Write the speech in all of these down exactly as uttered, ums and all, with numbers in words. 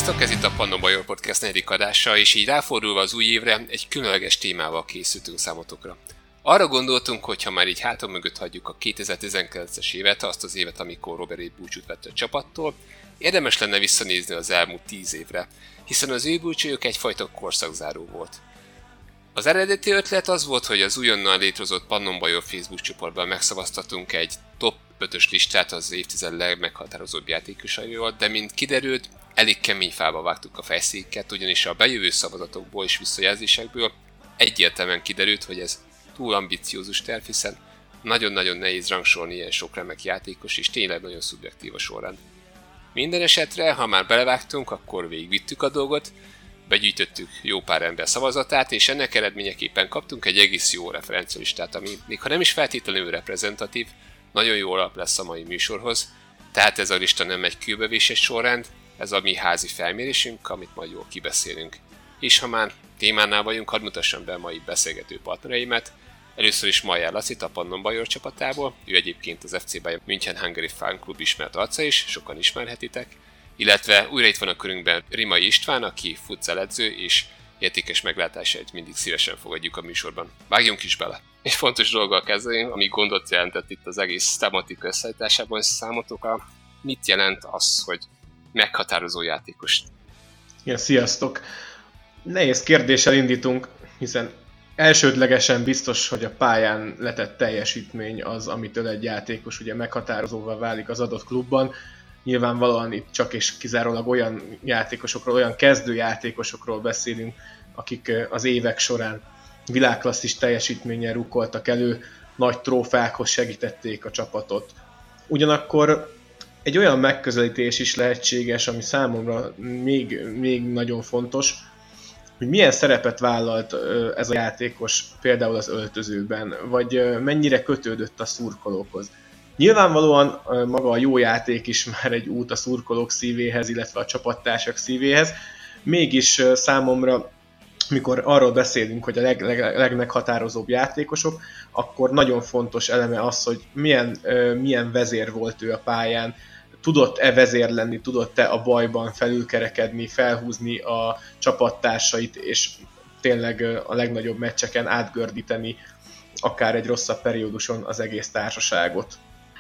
Sziasztok, ez itt a Pannon Bajor Podcast negyedik adása, és így ráfordulva az új évre egy különleges témával készültünk számotokra. Arra gondoltunk, hogy ha már így hátam mögött hagyjuk a kétezer-tizenkilences évet, azt az évet, amikor Robert búcsút vett a csapattól, érdemes lenne visszanézni az elmúlt tíz évre, hiszen az ő búcsújuk egyfajta korszakzáró volt. Az eredeti ötlet az volt, hogy az újonnan létrehozott Pannon Bajor Facebook csoportban megszavaztatunk egy top ötös listát az évtized legmeghatározóbb játékosairól, de mint kiderült, elég kemény fába vágtuk a fejszéket, ugyanis a bejövő szavazatokból és visszajelzésekből egyértelműen kiderült, hogy ez túl ambiciózus terv, hiszen nagyon-nagyon nehéz rangsolni ilyen sok remek játékos, és tényleg nagyon szubjektív a sorrend. Minden esetre, ha már belevágtunk, akkor végigvittük a dolgot, begyűjtöttük jó pár ember szavazatát, és ennek eredményeképpen kaptunk egy egész jó referencialistát, ami még ha nem is feltétlenül reprezentatív, nagyon jó alap lesz a mai műsorhoz, tehát ez a lista nem egy kőbevésett sorrend, ez a mi házi felmérésünk, amit majd jól kibeszélünk. És ha már témánál vagyunk, hadd mutassam be a mai beszélgető partnereimet. Először is Majár Lacit a Pannon Bajor csapatából, ő egyébként az ef cé Bayern München Hungary Fan Club ismert arca is, sokan ismerhetitek. Illetve újra itt van a körünkben Rimai István, aki futsal edző, és értékes meglátásait mindig szívesen fogadjuk a műsorban. Vágjunk is bele! Egy fontos dologgal kezdeném, ami gondot jelentett itt az egész tematika összeállításában számotokra. Mit jelent az, hogy meghatározó játékos? Ja, sziasztok! Nehéz kérdéssel indítunk, hiszen elsődlegesen biztos, hogy a pályán letett teljesítmény az, amitől egy játékos ugye meghatározóvá válik az adott klubban. Nyilvánvalóan itt csak és kizárólag olyan játékosokról, olyan kezdő játékosokról beszélünk, akik az évek során világklasszis teljesítménnyel rukkoltak elő, nagy trófákhoz segítették a csapatot. Ugyanakkor egy olyan megközelítés is lehetséges, ami számomra még, még nagyon fontos, hogy milyen szerepet vállalt ez a játékos például az öltözőben, vagy mennyire kötődött a szurkolókhoz. Nyilvánvalóan maga a jó játék is már egy út a szurkolók szívéhez, illetve a csapattársak szívéhez, mégis számomra, mikor arról beszélünk, hogy a leg, leg, legmeghatározóbb játékosok, akkor nagyon fontos eleme az, hogy milyen, milyen vezér volt ő a pályán, tudott-e vezér lenni, tudott-e a bajban felülkerekedni, felhúzni a csapattársait, és tényleg a legnagyobb meccseken átgördíteni akár egy rosszabb perióduson az egész társaságot.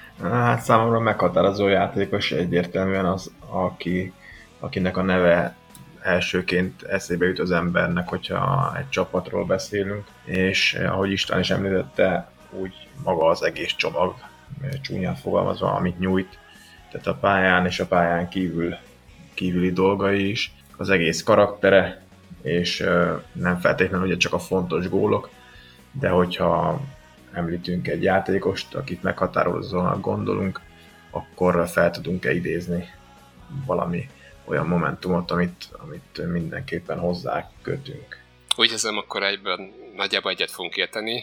Hát számomra meghatározó játékos egyértelműen az, aki, akinek a neve elsőként eszébe jut az embernek, hogyha egy csapatról beszélünk, és ahogy István is említette, úgy maga az egész csomag, csúnyán fogalmazva, amit nyújt, tehát a pályán és a pályán kívül, kívüli dolgai is, az egész karaktere, és nem feltétlenül ugye csak a fontos gólok, de hogyha említünk egy játékost, akit meghatározóan gondolunk, akkor fel tudunk-e idézni valami olyan momentumot, amit, amit mindenképpen hozzá kötünk. Úgy hiszem, akkor egyben nagyjából egyet fogunk érteni,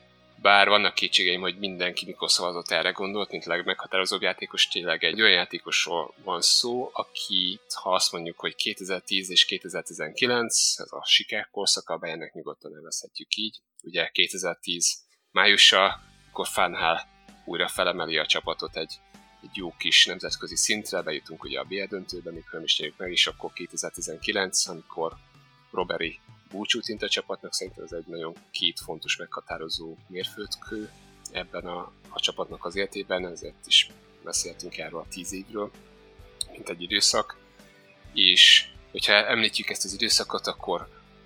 bár vannak kétségeim, hogy mindenki mikor szavazott erre gondolt, mint legmeghatározóbb játékos, tényleg egy olyan játékosról van szó, aki, ha azt mondjuk, hogy kétezer-tíz és kétezer-tizenkilenc, ez a sikerkorszaka, be ennek nyugodtan nevezhetjük így. Ugye kétezer-tíz májusa, akkor Van Gaal újra felemeli a csapatot egy, egy jó kis nemzetközi szintre, bejutunk ugye a bé el döntőbe, mikor nem is nyerjük meg, és akkor kétezer-tizenkilenc, amikor Robert búcsút int a csapatnak, szerintem ez egy nagyon két fontos meghatározó mérföldkő ebben a, a csapatnak az életében, ezért is beszéltünk erről a tíz évről, mint egy időszak, és hogyha említjük ezt az időszakot, akkor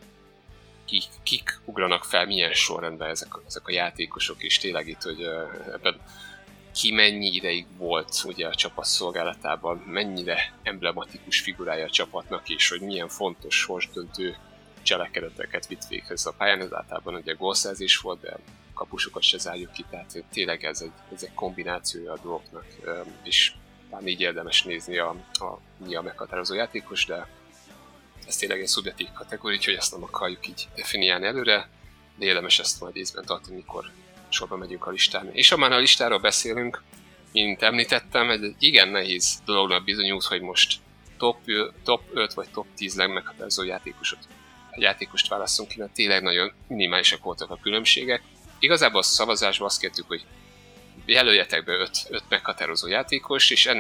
kik, kik ugranak fel, milyen sorrendben ezek, ezek a játékosok, és tényleg itt, hogy ebben ki mennyi ideig volt ugye a csapat szolgálatában, mennyire emblematikus figurája a csapatnak, és hogy milyen fontos sorsdöntő cselekedeteket vitt véghez a pályán, ez általában ugye gólszerzés volt, de kapusokat se zárjuk ki, tehát tényleg ez egy, ez egy kombinációja a dolgoknak, és talán így érdemes nézni a, a, mi a meghatározó játékos, de ez tényleg egy szubjektív kategória, úgyhogy ezt nem akarjuk így definiálni előre, de érdemes ezt majd észben tartani, mikor sorba megyünk a listán. És ha már a listáról beszélünk, mint említettem, egy igen nehéz dolognak bizonyult, hogy most top, top öt vagy top tíz legmeghatározó játékosot, játékost válasszunk ki, mert tényleg nagyon minimálisak voltak a különbségek. Igazából a szavazásban azt kértük, hogy jelöljetek be öt meghatározó játékos, és ennek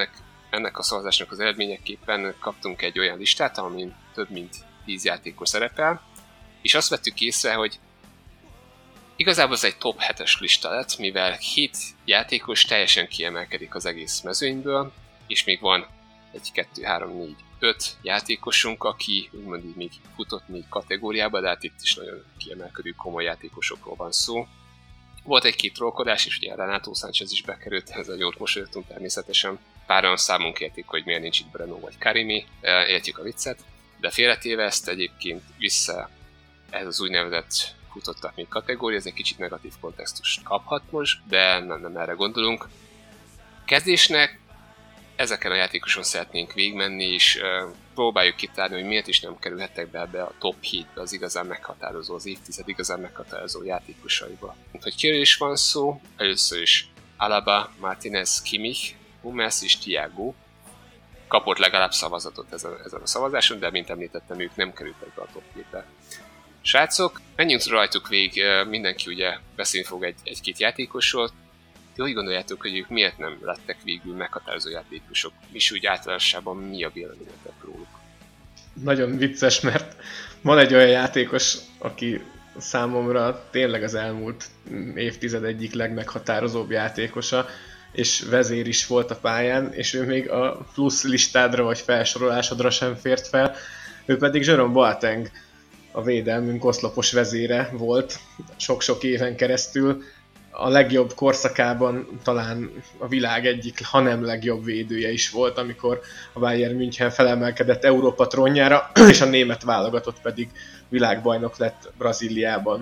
ennek a szavazásnak az eredményeképpen kaptunk egy olyan listát, amin több mint tíz játékos szerepel, és azt vettük észre, hogy igazából ez egy top hetes lista lett, mivel hét játékos teljesen kiemelkedik az egész mezőnyből, és még van egy, kettő, három, négy, öt játékosunk, aki úgymond így még futott még kategóriába, de hát itt is nagyon kiemelkedő komoly játékosokról van szó. Volt egy-két trollkodás, és ugye Renato Sánchez is bekerült, ezzel jót mosolyogtunk természetesen. Páran számon kérték, hogy miért nincs itt Breno vagy Karimi, értjük a viccet, de félretéve ezt egyébként vissza ez az úgynevezett futottak még kategória, ez egy kicsit negatív kontextust kaphat most, de nem, nem erre gondolunk. Kezdésnek ezeken a játékoson szeretnénk végigmenni, és uh, próbáljuk kitárni, hogy miért is nem kerülhettek be ebbe a top hétbe az igazán meghatározó, az évtized igazán meghatározó játékosaiba. Hogy kiről is van szó, először is Alaba, Martinez, Kimmich, Hummels és Thiago kapott legalább szavazatot ezen, ezen a szavazáson, de mint említettem, ők nem kerültek be a top hétbe. Srácok, menjünk rajtuk végig, mindenki ugye beszélni fog egy, egy-két játékosról. Ti úgy gondoljátok, hogy ők miért nem lettek végül meghatározó játékosok? És úgy általánosában mi a véleményetek róluk? Nagyon vicces, mert van egy olyan játékos, aki számomra tényleg az elmúlt évtized egyik legmeghatározóbb játékosa, és vezér is volt a pályán, és ő még a plusz listádra vagy felsorolásodra sem fért fel. Ő pedig Jerome Boateng, a védelmünk oszlopos vezére volt sok-sok éven keresztül. A legjobb korszakában talán a világ egyik, ha nem legjobb védője is volt, amikor a Bayern München felemelkedett Európa trónjára, és a német válogatott pedig világbajnok lett Brazíliában.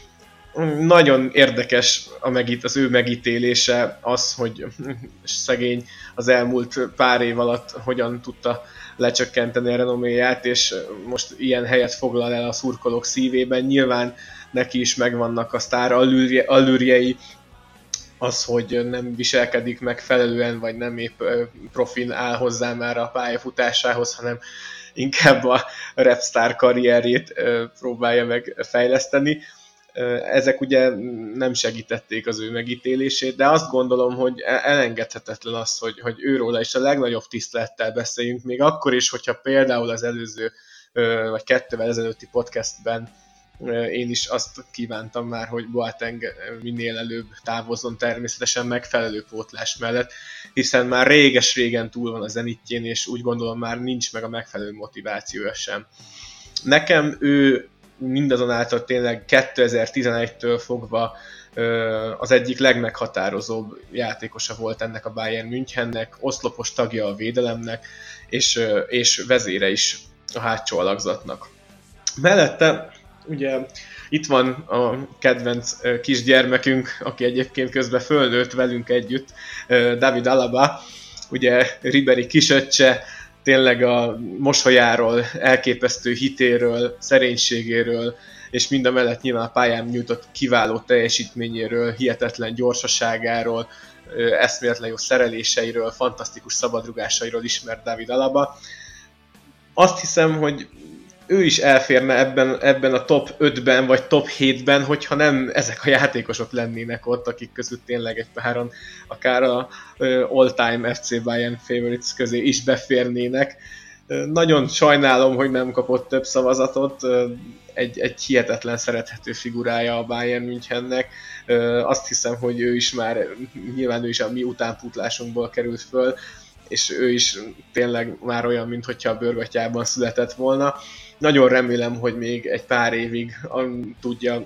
Nagyon érdekes a megít, az ő megítélése, az, hogy szegény az elmúlt pár év alatt hogyan tudta lecsökkenteni a renoméját, és most ilyen helyet foglal el a szurkolók szívében. Nyilván neki is megvannak a sztár allűrjei, az, hogy nem viselkedik megfelelően, vagy nem épp profin áll hozzá már a pályafutásához, hanem inkább a rapstar karrierjét próbálja meg fejleszteni. Ezek ugye nem segítették az ő megítélését, de azt gondolom, hogy elengedhetetlen az, hogy, hogy őróla is a legnagyobb tisztelettel beszéljünk, még akkor is, hogyha például az előző, vagy kettővel ezelőtti podcastben én is azt kívántam már, hogy Boateng minél előbb távozzon, természetesen megfelelő pótlás mellett, hiszen már réges-régen túl van a zenitjén, és úgy gondolom már nincs meg a megfelelő motivációja sem. Nekem ő mindazonáltal tényleg kétezer-tizenegytől fogva az egyik legmeghatározóbb játékosa volt ennek a Bayern Münchennek, oszlopos tagja a védelemnek, és, és vezére is a hátsó alakzatnak. Mellette ugye itt van a kedvenc kisgyermekünk, aki egyébként közben fölnőtt velünk együtt, David Alaba, ugye Ribéry kisöccse, tényleg a mosolyáról, elképesztő hitéről, szerénységéről, és mindamellett nyilván a pályán nyújtott kiváló teljesítményéről, hihetetlen gyorsaságáról, eszméletlen jó szereléseiről, fantasztikus szabadrugásairól ismert David Alaba. Azt hiszem, hogy ő is elférne ebben, ebben a top ötben vagy top hétben, hogyha nem ezek a játékosok lennének ott, akik között tényleg egy páran akár a all-time ef cé Bayern favorites közé is beférnének. Nagyon sajnálom, hogy nem kapott több szavazatot, egy, egy hihetetlen szerethető figurája a Bayern Münchennek. Azt hiszem, hogy ő is már, nyilván ő is a mi utánpótlásunkból került föl, és ő is tényleg már olyan, mintha a bőrgatyában született volna. Nagyon remélem, hogy még egy pár évig tudja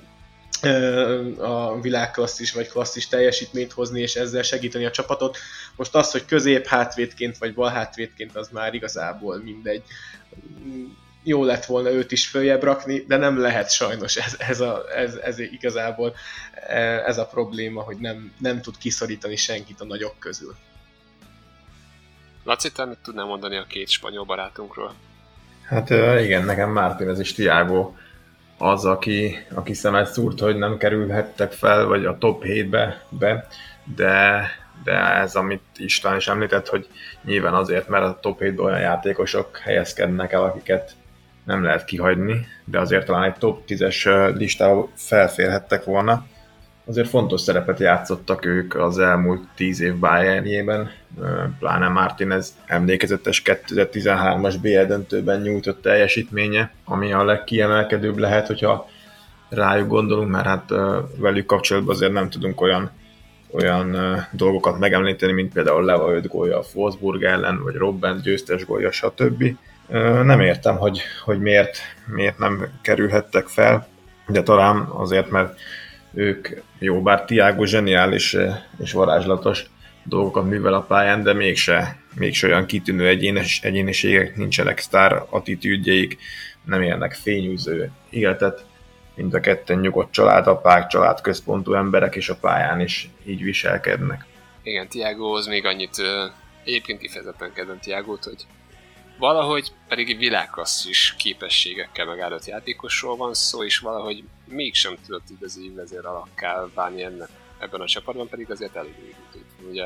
a világklasszis vagy klasszis teljesítményt hozni, és ezzel segíteni a csapatot. Most az, hogy közép hátvédként vagy bal hátvédként, az már igazából mindegy. Jó lett volna őt is följebb rakni, de nem lehet sajnos, ez, ez, a, ez, ez igazából ez a probléma, hogy nem, nem tud kiszorítani senkit a nagyok közül. Laci, te mit tudnál mondani a két spanyol barátunkról? Hát igen, nekem Martinez és Thiago az, aki, aki szemet szúrt, hogy nem kerülhettek fel, vagy a top hétbe, be, de, de ez, amit István is említett, hogy nyilván azért, mert a top hétben olyan játékosok helyezkednek el, akiket nem lehet kihagyni, de azért talán egy top tízes listába felférhettek volna. azért fontos szerepet játszottak ők az elmúlt tíz év Bayernjében, pláne Martinez emlékezetes kétezer-tizenhármas bé el döntőben nyújtott teljesítménye, ami a legkiemelkedőbb lehet, hogyha rájuk gondolunk, mert hát velük kapcsolatban azért nem tudunk olyan, olyan dolgokat megemlíteni, mint például Leva öt gólja a Wolfsburg ellen, vagy Robben győztes gólja, stb. Nem értem, hogy, hogy miért, miért nem kerülhettek fel, de talán azért, mert ők, jó, bár Thiago zseniális és varázslatos dolgokat művel a pályán, de mégse, mégse olyan kitűnő egyénes, egyéniségek, nincsenek sztár attitűdjeik, nem élnek fényűző életet, mint a ketten nyugodt családapák, családközpontú emberek, és a pályán is így viselkednek. Igen, Thiagohoz még annyit, egyébként kifejezetten kedvem Thiagót, hogy valahogy pedig világklasszis képességekkel megállott játékosról van szó, és valahogy mégsem tudott igazi vezér alakká válni ennek ebben a csapatban, pedig azért elég régült. Ugye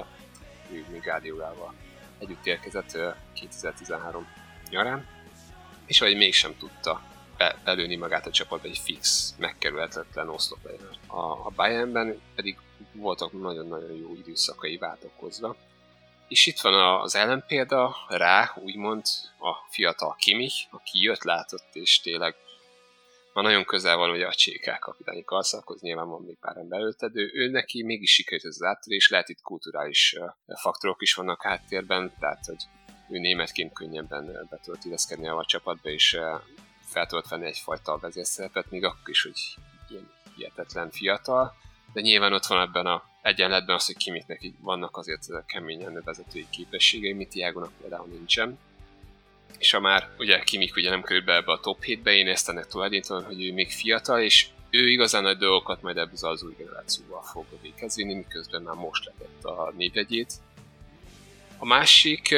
ő még Guardiolával együtt érkezett kétezer-tizenhárom nyarán, és vagy mégsem tudta be- belőni magát a csapatba egy fix, megkerülhetetlen oszlophelyen. A, a Bayernben pedig voltak nagyon-nagyon jó időszakai váltakozva. És itt van az ellenpélda rá, úgymond a fiatal Kimmich, aki jött, látott, és tényleg már nagyon közel van ugye a cé ká kapitányi karszalakhoz, nyilván van még pár ember előtte, de ő neki mégis sikerült ez az áttörés, lehet itt kulturális faktorok is vannak háttérben, tehát hogy ő németként könnyebben be tudott illeszkedni a csapatba, és fel tudott venni egyfajta vezérszerepet, még akkor is, hogy ilyen hihetetlen fiatal, de nyilván ott van ebben a egyenletben az, hogy Kimmichnek vannak azért keményen vezetői képességei, mint Thiagónak például nincsen. És ha már ugye Kimmich ugye nem került be ebbe a top hétbe, én ezt ennek tulajdonítom, hogy ő még fiatal, és ő igazán nagy dolgokat majd ebből az új generációval fog véghez vinni, miközben már most letett a névjegyét. A másik,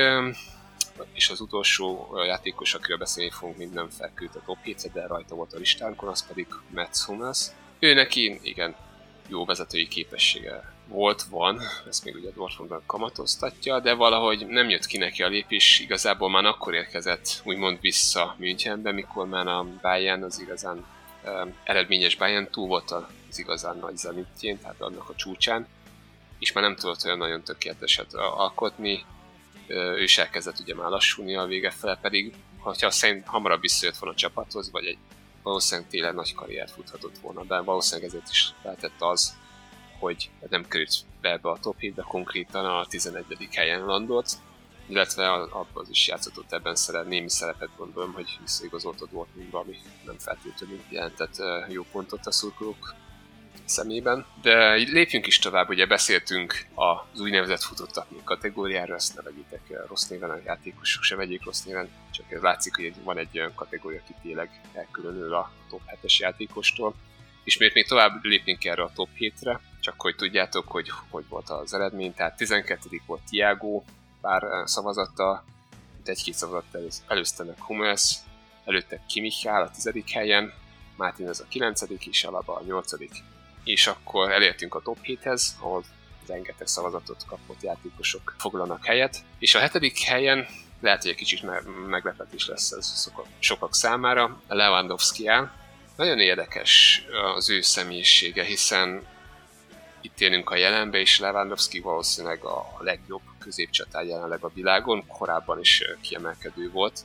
és az utolsó játékos, akiről beszélni fogunk, még nem felkült a top hétre, de rajta volt a listánkon, az pedig Mats Hummels. Ő neki, igen, jó vezetői képessége volt, van, ezt még ugye Dortmundban kamatoztatja, de valahogy nem jött ki neki a lépés, igazából már akkor érkezett úgymond vissza Münchenbe, mikor már a Bayern az igazán uh, eredményes Bayern túl volt az igazán nagy zenitjén, tehát annak a csúcsán, és már nem tudott olyan nagyon tökéleteset alkotni, uh, ő is elkezdett ugye már lassulni a vége fele, pedig ha szerint hamarabb visszajött volna a csapathoz, vagy egy valószínűleg tényleg nagy karriert futhatott volna, de valószínűleg ezért is lehetett az, hogy nem került be ebbe a top hétbe, konkrétan a tizenegyedik helyen landolt, illetve abban is játszott ebben szeret, némi szerepet, gondolom, hogy visszaigazolt a Dortmundba, ami nem feltétlenül jelentett jó pontot a szurkolók szemében. De lépjünk is tovább, ugye beszéltünk az úgynevezett futottaknak kategóriára, ezt ne vegyétek rossz néven, a játékosok se vegyék rossz néven, csak ez látszik, hogy van egy olyan kategória, aki tényleg elkülönül a top hetes játékostól. És miért még tovább lépnénk erre a top hétre, csak hogy tudjátok, hogy hogy volt az eredmény. Tehát tizenkettedik volt Thiago, pár szavazattal, egy-két szavazattal előzte meg Hummels, előtte Kimmich áll a tizedik helyen, Martinez a kilencedik és Alaba a nyolcadik. És akkor elértünk a top héthez, ahol rengeteg szavazatot kapott játékosok foglalnak helyet. És a hetedik helyen lehet, hogy egy kicsit meglepetés lesz ez sokak számára, Lewandowski áll. Nagyon érdekes az ő személyisége, hiszen itt élünk a jelenbe, és Lewandowski valószínűleg a legjobb középcsatár jelenleg a világon, korábban is kiemelkedő volt,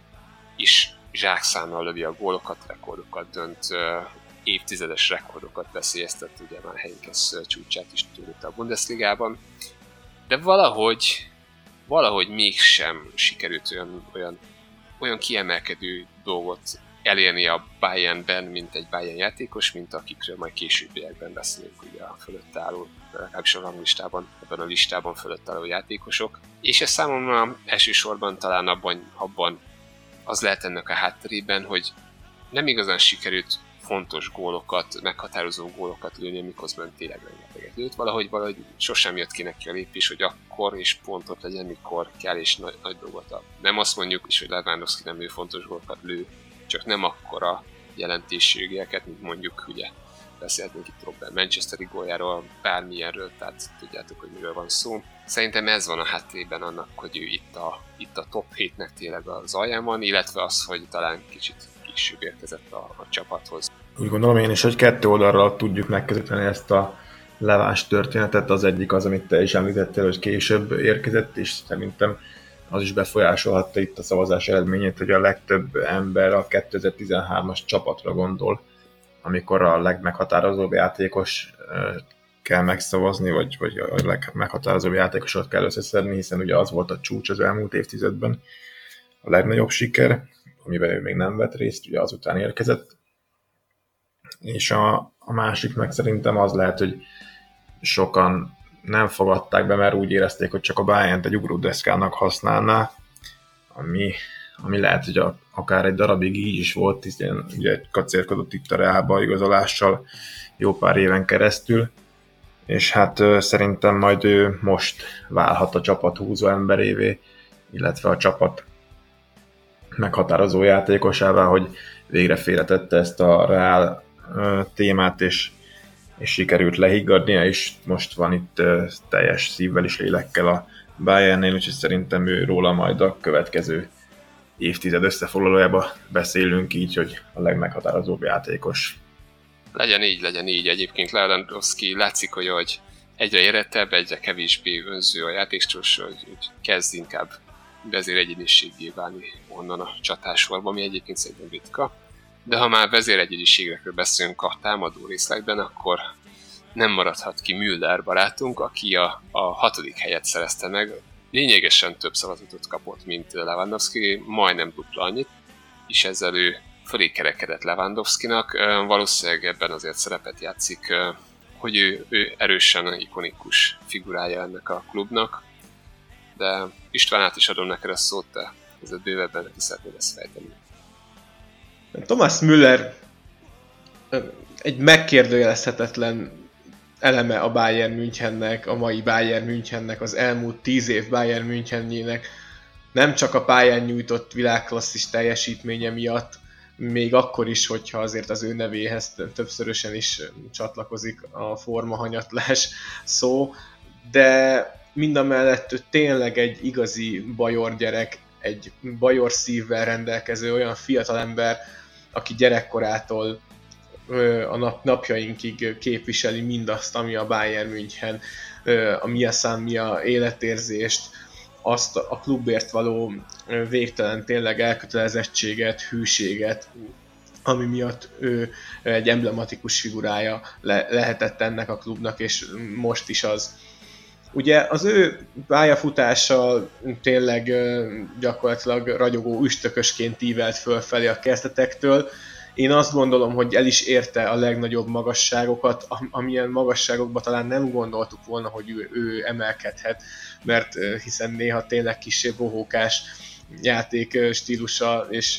és zsákszámmal lövi a gólokat, rekordokat dönt, évtizedes rekordokat veszélyeztett, ugye már Heinkes csúcsát is törődte a Bundesligában, de valahogy, valahogy mégsem sikerült olyan, olyan, olyan kiemelkedő dolgot elérni a Bayernben, mint egy Bayern játékos, mint akikről majd későbbiekben beszélünk, ugye a fölött álló, legalábbis a ranglistában, ebben a listában fölött álló játékosok. És ez számomra elsősorban talán abban, abban az lehet ennek a hátterében, hogy nem igazán sikerült fontos gólokat, meghatározó gólokat lőni, miközben tényleg rengeteget lőtt. Valahogy, valahogy sosem jött ki neki a lépés, hogy akkor és pontot legyen, mikor kell, és nagy, nagy dolgot. Nem azt mondjuk is, hogy Lewandowski nem lő fontos gólokat lő, csak nem akkora jelentőségeket, mint mondjuk ugye beszéltünk itt Robben Manchesteri góljáról, bármilyenről, tehát tudjátok, hogy miről van szó. Szerintem ez van a háttérben annak, hogy ő itt a, itt a top hétnek tényleg az alján van, illetve az, hogy talán kicsit később érkezett a, a csapathoz. Úgy gondolom én is, hogy kettő oldalról tudjuk megközelíteni ezt a Levás történetet. Az egyik az, amit te is említettél, hogy később érkezett, és szerintem az is befolyásolhatta itt a szavazás eredményét, hogy a legtöbb ember a kétezer-tizenhármas csapatra gondol, amikor a legmeghatározóbb játékos kell megszavazni, vagy, vagy a legmeghatározóbb játékosot kell összeszedni, hiszen ugye az volt a csúcs az elmúlt évtizedben, a legnagyobb siker, amiben ő még nem vett részt, ugye azután érkezett. És a, a másik meg szerintem az lehet, hogy sokan nem fogadták be, mert úgy érezték, hogy csak a Bayernt egy ugródeszkának használná, ami, ami lehet, hogy a, akár egy darabig így is volt, hiszen ugye kacérkodott itt a Realba igazolással jó pár éven keresztül, és hát ö, szerintem majd ő most válhat a csapat húzó emberévé, illetve a csapat meghatározó játékosává, hogy végre félretette ezt a Real ö, témát, és és sikerült lehiggadnia, és most van itt uh, teljes szívvel és lélekkel a Bayernnél, úgyhogy szerintem ő róla majd a következő évtized összefoglalójába beszélünk így, hogy a legmeghatározóbb játékos. Legyen így, legyen így. Egyébként Lewandowski látszik, hogy, hogy egyre érettebb, egyre kevésbé önző a játékstílus, hogy, hogy kezd inkább vezéregyéniséggé válni onnan a csatássorban, ami egyébként szerintem ritka. De ha már vezéregyediségekről beszélünk a támadó részlegben, akkor nem maradhat ki Müller barátunk, aki a, a hatodik helyet szerezte meg. Lényegesen több szavazatot kapott, mint Lewandowski, majdnem dupla annyit, és ezzel ő fölé kerekedett Lewandowskinak. Valószínűleg ebben azért szerepet játszik, hogy ő, ő erősen ikonikus figurája ennek a klubnak. De István, át is adom neked a szót, te ezzel bővebben ki szeretnéd ezt fejteni. Thomas Müller egy megkérdőjelezhetetlen eleme a Bayern Münchennek, a mai Bayern Münchennek, az elmúlt tíz év Bayern Münchenjének, nem csak a pályán nyújtott világklasszis teljesítménye miatt, még akkor is, hogyha azért az ő nevéhez többszörösen is csatlakozik a formahanyatlás szó, de mindamellett ő tényleg egy igazi bajor gyerek, egy bajor szívvel rendelkező olyan fiatalember, aki gyerekkorától a nap, napjainkig képviseli mindazt, ami a Bayern München, a Mia San Mia életérzést, azt a klubért való végtelen tényleg elkötelezettséget, hűséget, ami miatt ő egy emblematikus figurája le, lehetett ennek a klubnak, és most is az. Ugye az ő pályafutása tényleg gyakorlatilag ragyogó üstökösként ívelt fölfelé a kezdetektől. Én azt gondolom, hogy el is érte a legnagyobb magasságokat, amilyen magasságokba talán nem gondoltuk volna, hogy ő, ő emelkedhet, mert hiszen néha tényleg kissé bohókás játék stílusa és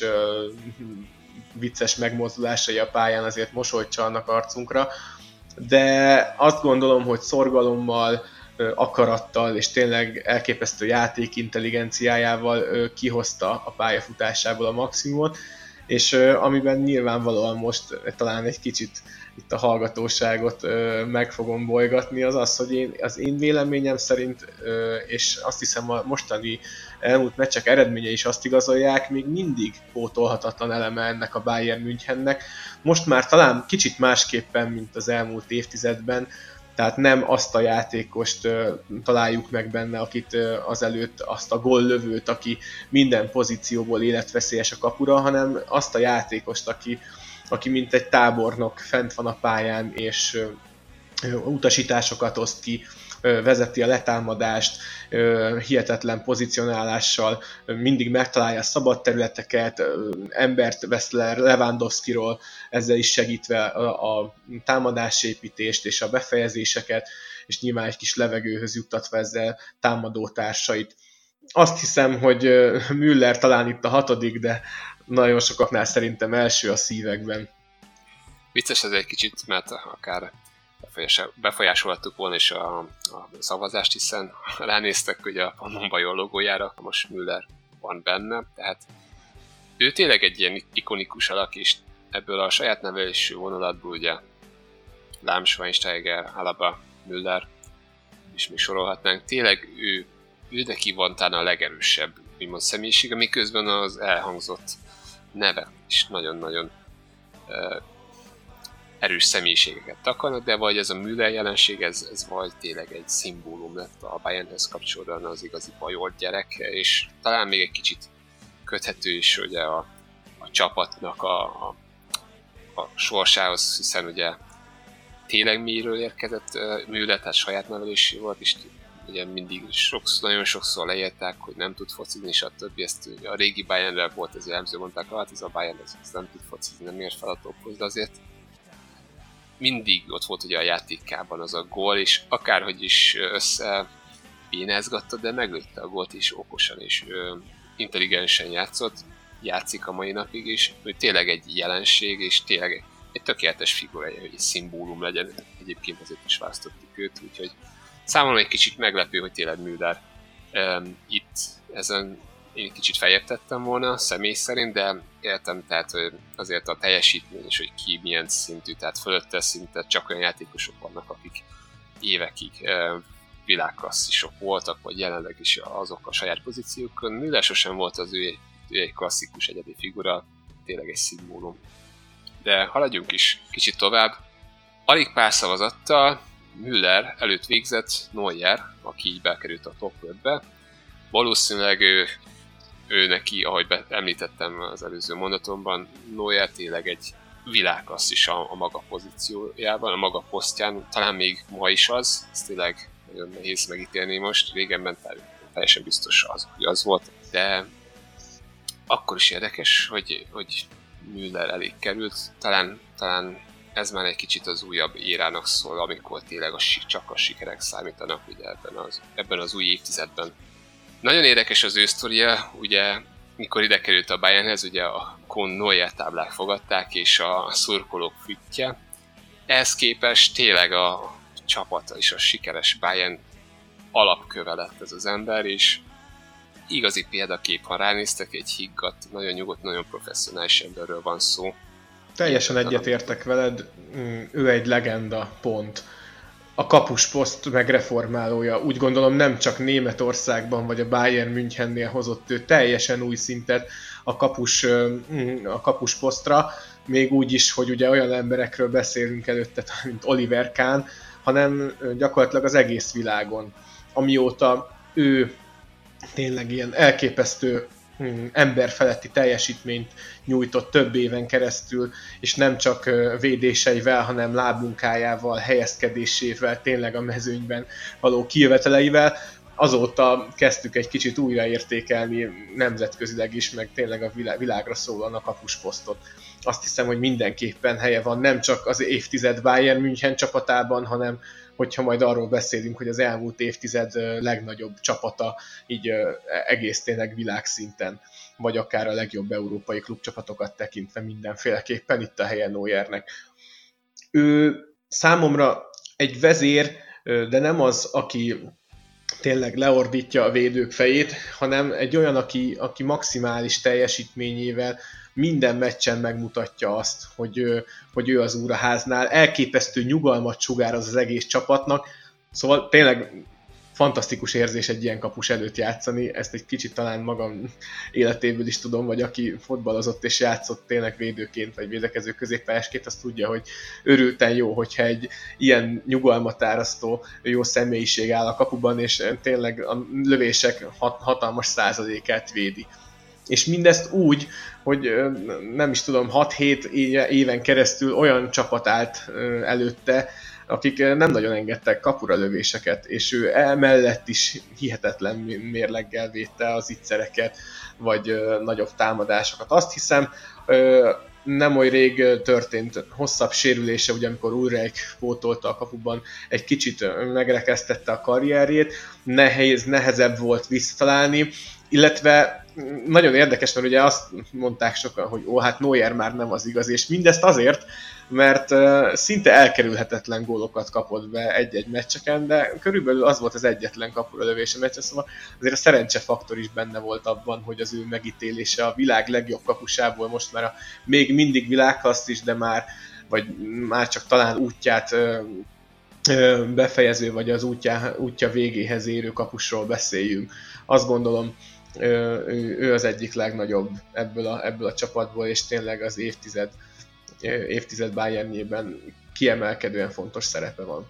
vicces megmozdulásai a pályán azért mosolyt csalnak arcunkra, de azt gondolom, hogy szorgalommal, akarattal és tényleg elképesztő játékintelligenciájával kihozta a pályafutásából a maximumot, és amiben nyilvánvalóan most talán egy kicsit itt a hallgatóságot meg fogom bolygatni, az az, hogy én, az én véleményem szerint, és azt hiszem a mostani elmúlt meccsek eredményei is azt igazolják, még mindig pótolhatatlan eleme ennek a Bayern Münchennek. Most már talán kicsit másképpen, mint az elmúlt évtizedben, tehát nem azt a játékost uh, találjuk meg benne, akit uh, azelőtt azt a góllövőt, aki minden pozícióból életveszélyes a kapura, hanem azt a játékost, aki, aki mint egy tábornok fent van a pályán, és uh, utasításokat oszt ki, uh, vezeti a letámadást, uh, hihetetlen pozicionálással, uh, mindig megtalálja a szabad területeket, uh, embert vesz le Lewandowskiról, ezzel is segítve a, a támadásépítést és a befejezéseket, és nyilván egy kis levegőhöz juttatva ezzel támadótársait. Azt hiszem, hogy Müller talán itt a hatodik, de nagyon sokaknál szerintem első a szívekben. Vicces ez egy kicsit, mert akár befolyásolhattuk volna is a, a szavazást, hiszen ránéztek ugye a Pannon Bajor logójára, most Müller van benne, tehát ő tényleg egy ilyen ikonikus alak, és ebből a saját nevelésű vonulatból ugye Lahm, Schweinsteiger, Alaba, Müller, és még sorolhatnánk. Tényleg ő, ő neki van talán a legerősebb úgymond személyisége, miközben az elhangzott neve is nagyon-nagyon uh, erős személyiségeket takarnak, de vagy ez a Müller jelenség, ez, ez vagy tényleg egy szimbólum lett a Bayernhez kapcsolódóan az igazi bajor gyerek, és talán még egy kicsit köthető is ugye a, a csapatnak a, a, a sorsához, hiszen ugye tényleg miről érkezett uh, Müller, tehát saját nevelésé volt, és ugye mindig sokszor, nagyon sokszor leírták, hogy nem tud focizni, stb. Ezt ugye a régi Bayernre volt ez jellemző, mondták, hát ez a Bayern ez, ez nem tud focizni, nem ér fel a tophoz, de azért mindig ott volt ugye a játékában az a gól, és akárhogy is összepénázgatta, de meglőtte a gólt is okosan és ö, intelligensen játszott, játszik a mai napig is, hogy tényleg egy jelenség, és tényleg egy, egy tökéletes figurája, hogy egy szimbólum legyen, egyébként azért is választottuk őt, úgyhogy számomra egy kicsit meglepő, hogy tényleg Müller um, itt ezen én kicsit feljebb tettem volna személy szerint, de értem, tehát azért a teljesítmény is, hogy ki milyen szintű, tehát fölötte szinte csak olyan játékosok vannak, akik évekig uh, világklasszisok voltak, vagy jelenleg is azok a saját pozíciókon. Müller sosem volt az ő, ő egy klasszikus egyedi figura, tényleg egy szimbólum. De haladjunk is kicsit tovább. Alig pár szavazattal Müller előtt végzett Neuer, aki így bekerült a top ötbe. Valószínűleg ő, ő neki, ahogy be, említettem az előző mondatomban, Neuer tényleg egy világklasszis a, a maga pozíciójában, a maga posztján, talán még ma is az, ez tényleg nagyon nehéz megítélni most, régenben teljesen biztos az, hogy az volt, de akkor is érdekes, hogy, hogy Müller elég került, talán, talán ez már egy kicsit az újabb érának szól, amikor tényleg a, csak a sikerek számítanak ugye ebben az, ebben az új évtizedben. Nagyon érdekes az ő sztoria, ugye mikor ide került a Bayernhez, ugye a Kohn-Neuer táblák fogadták, és a szurkolók füttye. Ehhez képest tényleg a csapata és a sikeres Bayern alapköve lett ez az ember, és igazi példakép, ha ránéztek, egy higgadt, nagyon nyugodt, nagyon professzionális emberről van szó. Teljesen egyetértek veled, ő egy legenda, pont. A kapusposzt megreformálója, úgy gondolom nem csak Németországban vagy a Bayern Münchennél hozott ő teljesen új szintet a kapus, a kapusposztra, még úgy is, hogy ugye olyan emberekről beszélünk előtte, mint Oliver Kahn, hanem gyakorlatilag az egész világon. Amióta ő tényleg ilyen elképesztő emberfeletti teljesítményt nyújtott több éven keresztül, és nem csak védéseivel, hanem lábmunkájával, helyezkedésével, tényleg a mezőnyben való kijöveteleivel. Azóta kezdtük egy kicsit újraértékelni nemzetközileg is, meg tényleg a világra szólóan a kapusposztot. Azt hiszem, hogy mindenképpen helye van nem csak az évtized Bayern München csapatában, hanem hogyha majd arról beszélünk, hogy az elmúlt évtized legnagyobb csapata, így egész tényleg világszinten, vagy akár a legjobb európai klubcsapatokat tekintve mindenféleképpen itt a helye Neuernek. Ő számomra egy vezér, de nem az, aki tényleg leordítja a védők fejét, hanem egy olyan, aki, aki maximális teljesítményével minden meccsen megmutatja azt, hogy, hogy ő az úr a háznál. Elképesztő nyugalmat sugároz az egész csapatnak, szóval tényleg fantasztikus érzés egy ilyen kapus előtt játszani, ezt egy kicsit talán magam életéből is tudom, vagy aki fotballozott és játszott tényleg védőként, vagy védekező középpályásként, azt tudja, hogy örülten jó, hogyha egy ilyen nyugalmat árasztó jó személyiség áll a kapuban, és tényleg a lövések hat- hatalmas százalékát védi. És mindezt úgy, hogy nem is tudom, hat-hét éven keresztül olyan csapat állt előtte, akik nem nagyon engedtek kapura lövéseket, és ő emellett is hihetetlen mérleggel védte az ittszereket, vagy nagyobb támadásokat. Azt hiszem, nem oly rég történt hosszabb sérülése, ugye amikor Ulreich pótolta a kapuban, egy kicsit megrekesztette a karrierjét, nehéz, nehezebb volt visszatalálni, illetve nagyon érdekes, mert ugye azt mondták sokan, hogy ó, hát Neuer már nem az igaz, és mindezt azért, mert uh, szinte elkerülhetetlen gólokat kapott be egy-egy meccseken, de körülbelül az volt az egyetlen kapuralövés a meccsen, szóval azért a szerencsefaktor is benne volt abban, hogy az ő megítélése a világ legjobb kapusából most már a még mindig világklasszis, de már, vagy már csak talán útját uh, uh, befejező, vagy az útja, útja végéhez érő kapusról beszéljünk. Azt gondolom, Ő, ő az egyik legnagyobb ebből a, ebből a csapatból, és tényleg az évtized évtized Bayernjében kiemelkedően fontos szerepe van.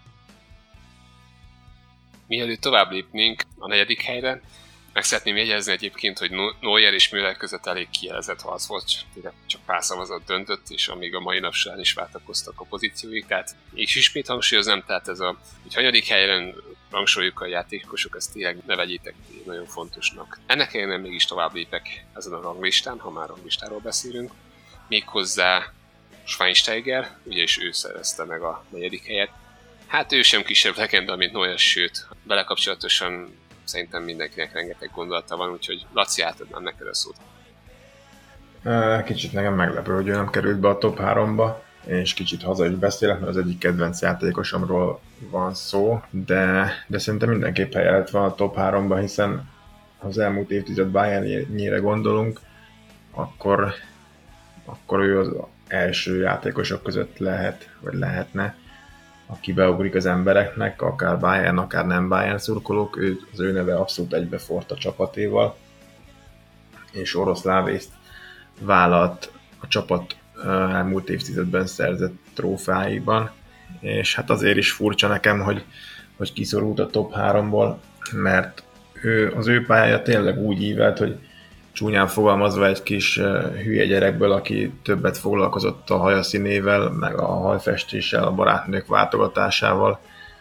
Mielőtt tovább lépnénk a negyedik helyre, meg szeretném jegyezni egyébként, hogy Neuer és Müller között elég kijelzett harc volt, csak pár szavazat döntött, és amíg a mai nap során is váltakoztak a pozícióik, tehát és ismét hangsúlyoznám, tehát ez a hogy hanyadik helyen rangsoroljuk a játékosok, ezt tényleg ne vegyétek nagyon fontosnak. Ennek ellenére mégis tovább lépek ezen a ranglistán, ha már ranglistáról beszélünk, méghozzá Schweinsteiger, ugyanis ő szerezte meg a negyedik helyet. Hát ő sem kisebb legenda, mint Neuer, sőt, vele kapcsolatosan szerintem mindenkinek rengeteg gondolata van, úgyhogy Laci, átadnám neked a szót. Kicsit nekem meglepő, hogy ő nem került be a top háromba, és kicsit haza is beszélek, mert az egyik kedvenc játékosomról van szó, de, de szerintem mindenképp helye van a top háromba, hiszen az elmúlt évtized Bayernjére gondolunk, akkor, akkor ő az első játékosok között lehet, vagy lehetne, aki beugrik az embereknek, akár Bayern, akár nem Bayern szurkolók, ő, az ő neve abszolút egybefort a csapatéval, és orosz lávészt vállalt a csapat elmúlt évtizedben szerzett trófáiban, és hát azért is furcsa nekem, hogy, hogy kiszorult a top háromból, mert ő, az ő pályája tényleg úgy ívelt, hogy csúnyán fogalmazva egy kis hülye gyerekből, aki többet foglalkozott a haja színével, meg a hajfestéssel, a barátnők váltogatásával,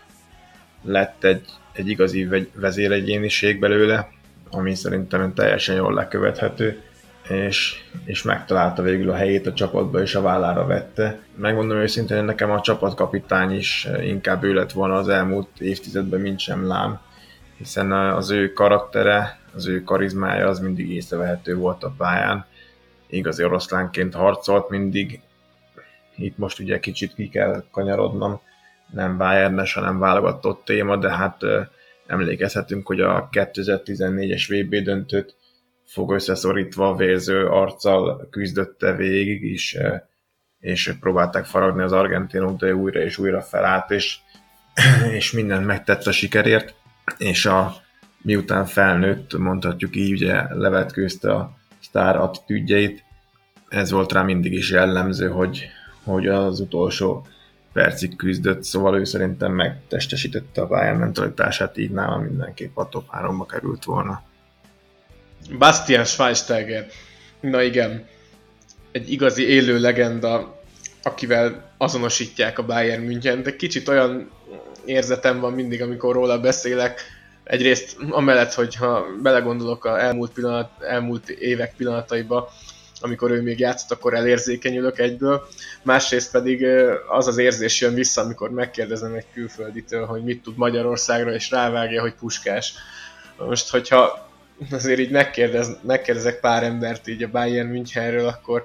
lett egy, egy igazi vezéregyéniség belőle, ami szerintem teljesen jól lekövethető, és, és megtalálta végül a helyét a csapatba, és a vállára vette. Megmondom őszintén, hogy nekem a csapatkapitány is inkább ő lett volna az elmúlt évtizedben, mint sem Lám, hiszen az ő karaktere, az ő karizmája az mindig észrevehető volt a pályán. Igazi oroszlánként harcolt mindig. Itt most ugye kicsit ki kell kanyarodnom, nem Bayernes, hanem válogatott téma, de hát emlékezhetünk, hogy a kétezer-tizennégyes vé bé döntőt fog összeszorítva, vérző arccal küzdötte végig is, és próbálták faragni az argentinok, de újra és újra felállt, és, és mindent megtett a sikerért, és a, miután felnőtt, mondhatjuk így, ugye levetkőzte a sztár attitűdjeit, ez volt rá mindig is jellemző, hogy, hogy az utolsó percig küzdött, szóval ő szerintem megtestesítette a Bayern mentalitását, így nálam mindenképp a top háromba került volna. Bastian Schweinsteiger. Na igen, egy igazi élő legenda, akivel azonosítják a Bayern München, de kicsit olyan érzetem van mindig, amikor róla beszélek. Egyrészt amellett, hogyha belegondolok az elmúlt, pillanat, elmúlt évek pillanataiba, amikor ő még játszott, akkor elérzékenyülök egyből. Másrészt pedig az az érzés jön vissza, amikor megkérdezem egy külfölditől, hogy mit tud Magyarországra, és rávágja, hogy Puskás. Most, hogyha azért így megkérdez, megkérdezek pár embert így a Bayern Münchenről, akkor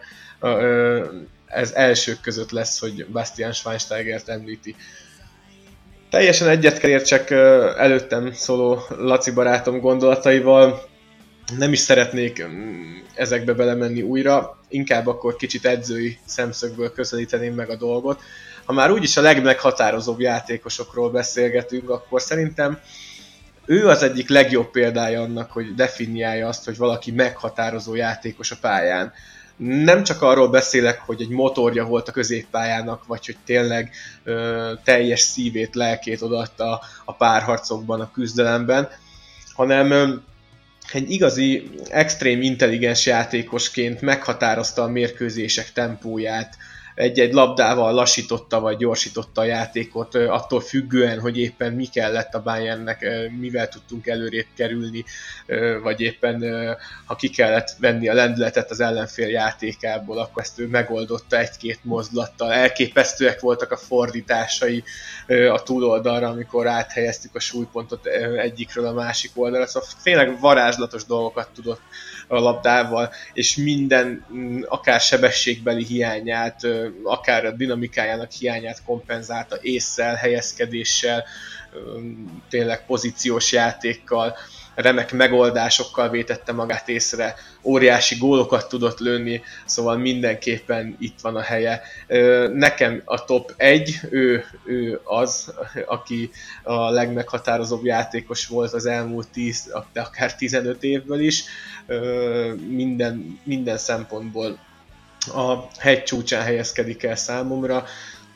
ez elsők között lesz, hogy Bastian Schweinsteigert említi. Teljesen egyet kell értsek előttem szóló Laci barátom gondolataival, nem is szeretnék ezekbe belemenni újra, inkább akkor kicsit edzői szemszögből közelíteném meg a dolgot. Ha már úgyis a legmeghatározóbb játékosokról beszélgetünk, akkor szerintem ő az egyik legjobb példája annak, hogy definiálja azt, hogy valaki meghatározó játékos a pályán. Nem csak arról beszélek, hogy egy motorja volt a középpályának, vagy hogy tényleg ö, teljes szívét, lelkét odaadta a párharcokban, a küzdelemben, hanem ö, egy igazi, extrém intelligens játékosként meghatározta a mérkőzések tempóját, egy-egy labdával lassította vagy gyorsította a játékot, attól függően, hogy éppen mi kellett a Bayernnek, mivel tudtunk előrébb kerülni, vagy éppen ha ki kellett venni a lendületet az ellenfél játékából, akkor ezt ő megoldotta egy-két mozdulattal. Elképesztőek voltak a fordításai a túloldalra, amikor áthelyeztük a súlypontot egyikről a másik oldalra, szóval tényleg varázslatos dolgokat tudott a labdával, és minden, akár sebességbeli hiányát, akár a dinamikájának hiányát kompenzálta ésszel, helyezkedéssel, tényleg pozíciós játékkal, remek megoldásokkal vétette magát észre, óriási gólokat tudott lőni, szóval mindenképpen itt van a helye. Nekem a top egy, ő, ő az, aki a legmeghatározóbb játékos volt az elmúlt tíz, de akár tizenöt évből is, minden, minden szempontból a hegy csúcsán helyezkedik el számomra.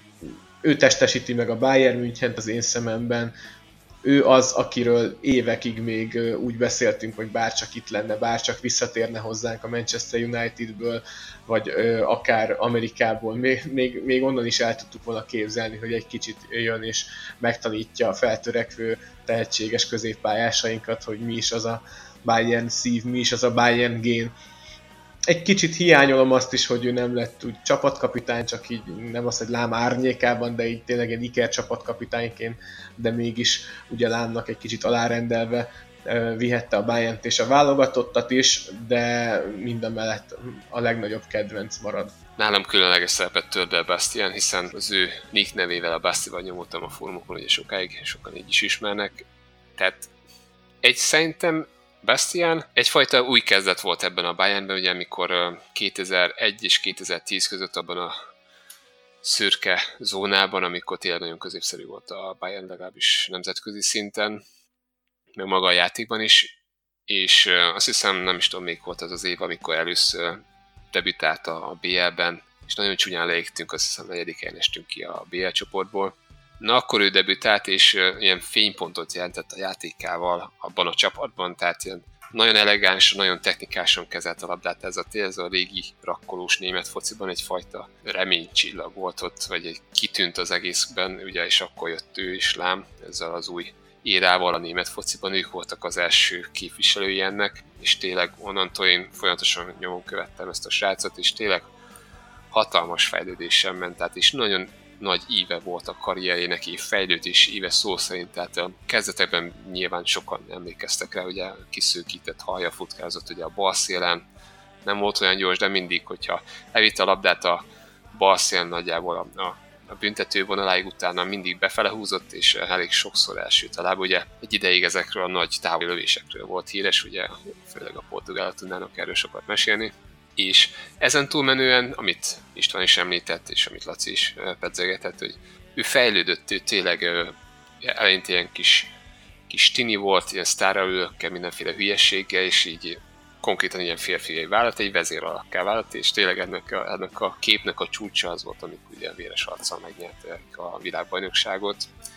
Ő testesíti meg a Bayern Münchent az én szememben. Ő az, akiről évekig még úgy beszéltünk, hogy bárcsak itt lenne, bárcsak visszatérne hozzánk a Manchester Unitedből, vagy ö, akár Amerikából. Még, még, még onnan is el tudtuk volna képzelni, hogy egy kicsit jön és megtanítja a feltörekvő, tehetséges középpályásainkat, hogy mi is az a Bayern szív, mi is az a Bayern gén. Egy kicsit hiányolom azt is, hogy ő nem lett úgy csapatkapitány, csak így nem az, hogy Lám árnyékában, de így tényleg egy Iker csapatkapitányként, de mégis ugye Lámnak egy kicsit alárendelve vihette a Bayernt és a válogatottat is, de mindemellett a legnagyobb kedvenc marad. Nálam különleges szerepet tölt be Bastian, hiszen az ő nick nevével, a Bastival nyomultam a fórumokon, ugye sokáig, sokan így is ismernek. Tehát egy szerintem Bastian egyfajta új kezdet volt ebben a Bayernben, ugye amikor kétezer-egy és kétezer-tíz között abban a szürke zónában, amikor tényleg nagyon középszerű volt a Bayern, legalábbis nemzetközi szinten, meg maga a játékban is, és azt hiszem, nem is tudom, még volt az az év, amikor először debütált a bé el-ben, és nagyon csúnyán leégtünk, azt hiszem negyedik helyen estünk ki a bé el csoportból. Na akkor ő debütált, és ilyen fénypontot jelentett a játékával abban a csapatban, tehát ilyen nagyon elegáns, nagyon technikásan kezelt a labdát, ez a, ez a régi rakkolós német fociban egyfajta reménycsillag volt ott, vagy egy kitűnt az egészben, ugye, és akkor jött ő is Lám ezzel az új érával a német fociban, ők voltak az első képviselői ennek, és tényleg onnantól én folyamatosan nyomon követtem ezt a srácot, és tényleg hatalmas fejlődésen ment, tehát és nagyon nagy íve volt a karrierjének, így fejlődés íve szó szerint, tehát a kezdetekben nyilván sokan emlékeztek rá, ugye kiszőkített hajja futkázott ugye a bal szélen, nem volt olyan gyors, de mindig, hogyha elvitte a labdát a bal szélen nagyjából a, a, a büntető vonaláig, utána mindig befele húzott, és elég sokszor elsült a láb, ugye egy ideig ezekről a nagy távoli lövésekről volt híres, ugye főleg a portugálok tudnának erről sokat mesélni. És ezen túlmenően, amit István is említett, és amit Laci is pedzegetett, hogy ő fejlődött, ő tényleg eleinte ilyen kis, kis tini volt, ilyen sztárraülőkkel, mindenféle hülyességgel, és így konkrétan ilyen férfiai vállalt, egy vezér alakká vállalt, és tényleg ennek a, ennek a képnek a csúcsa az volt, amikor ugye a véres arccal megnyertek a világbajnokságot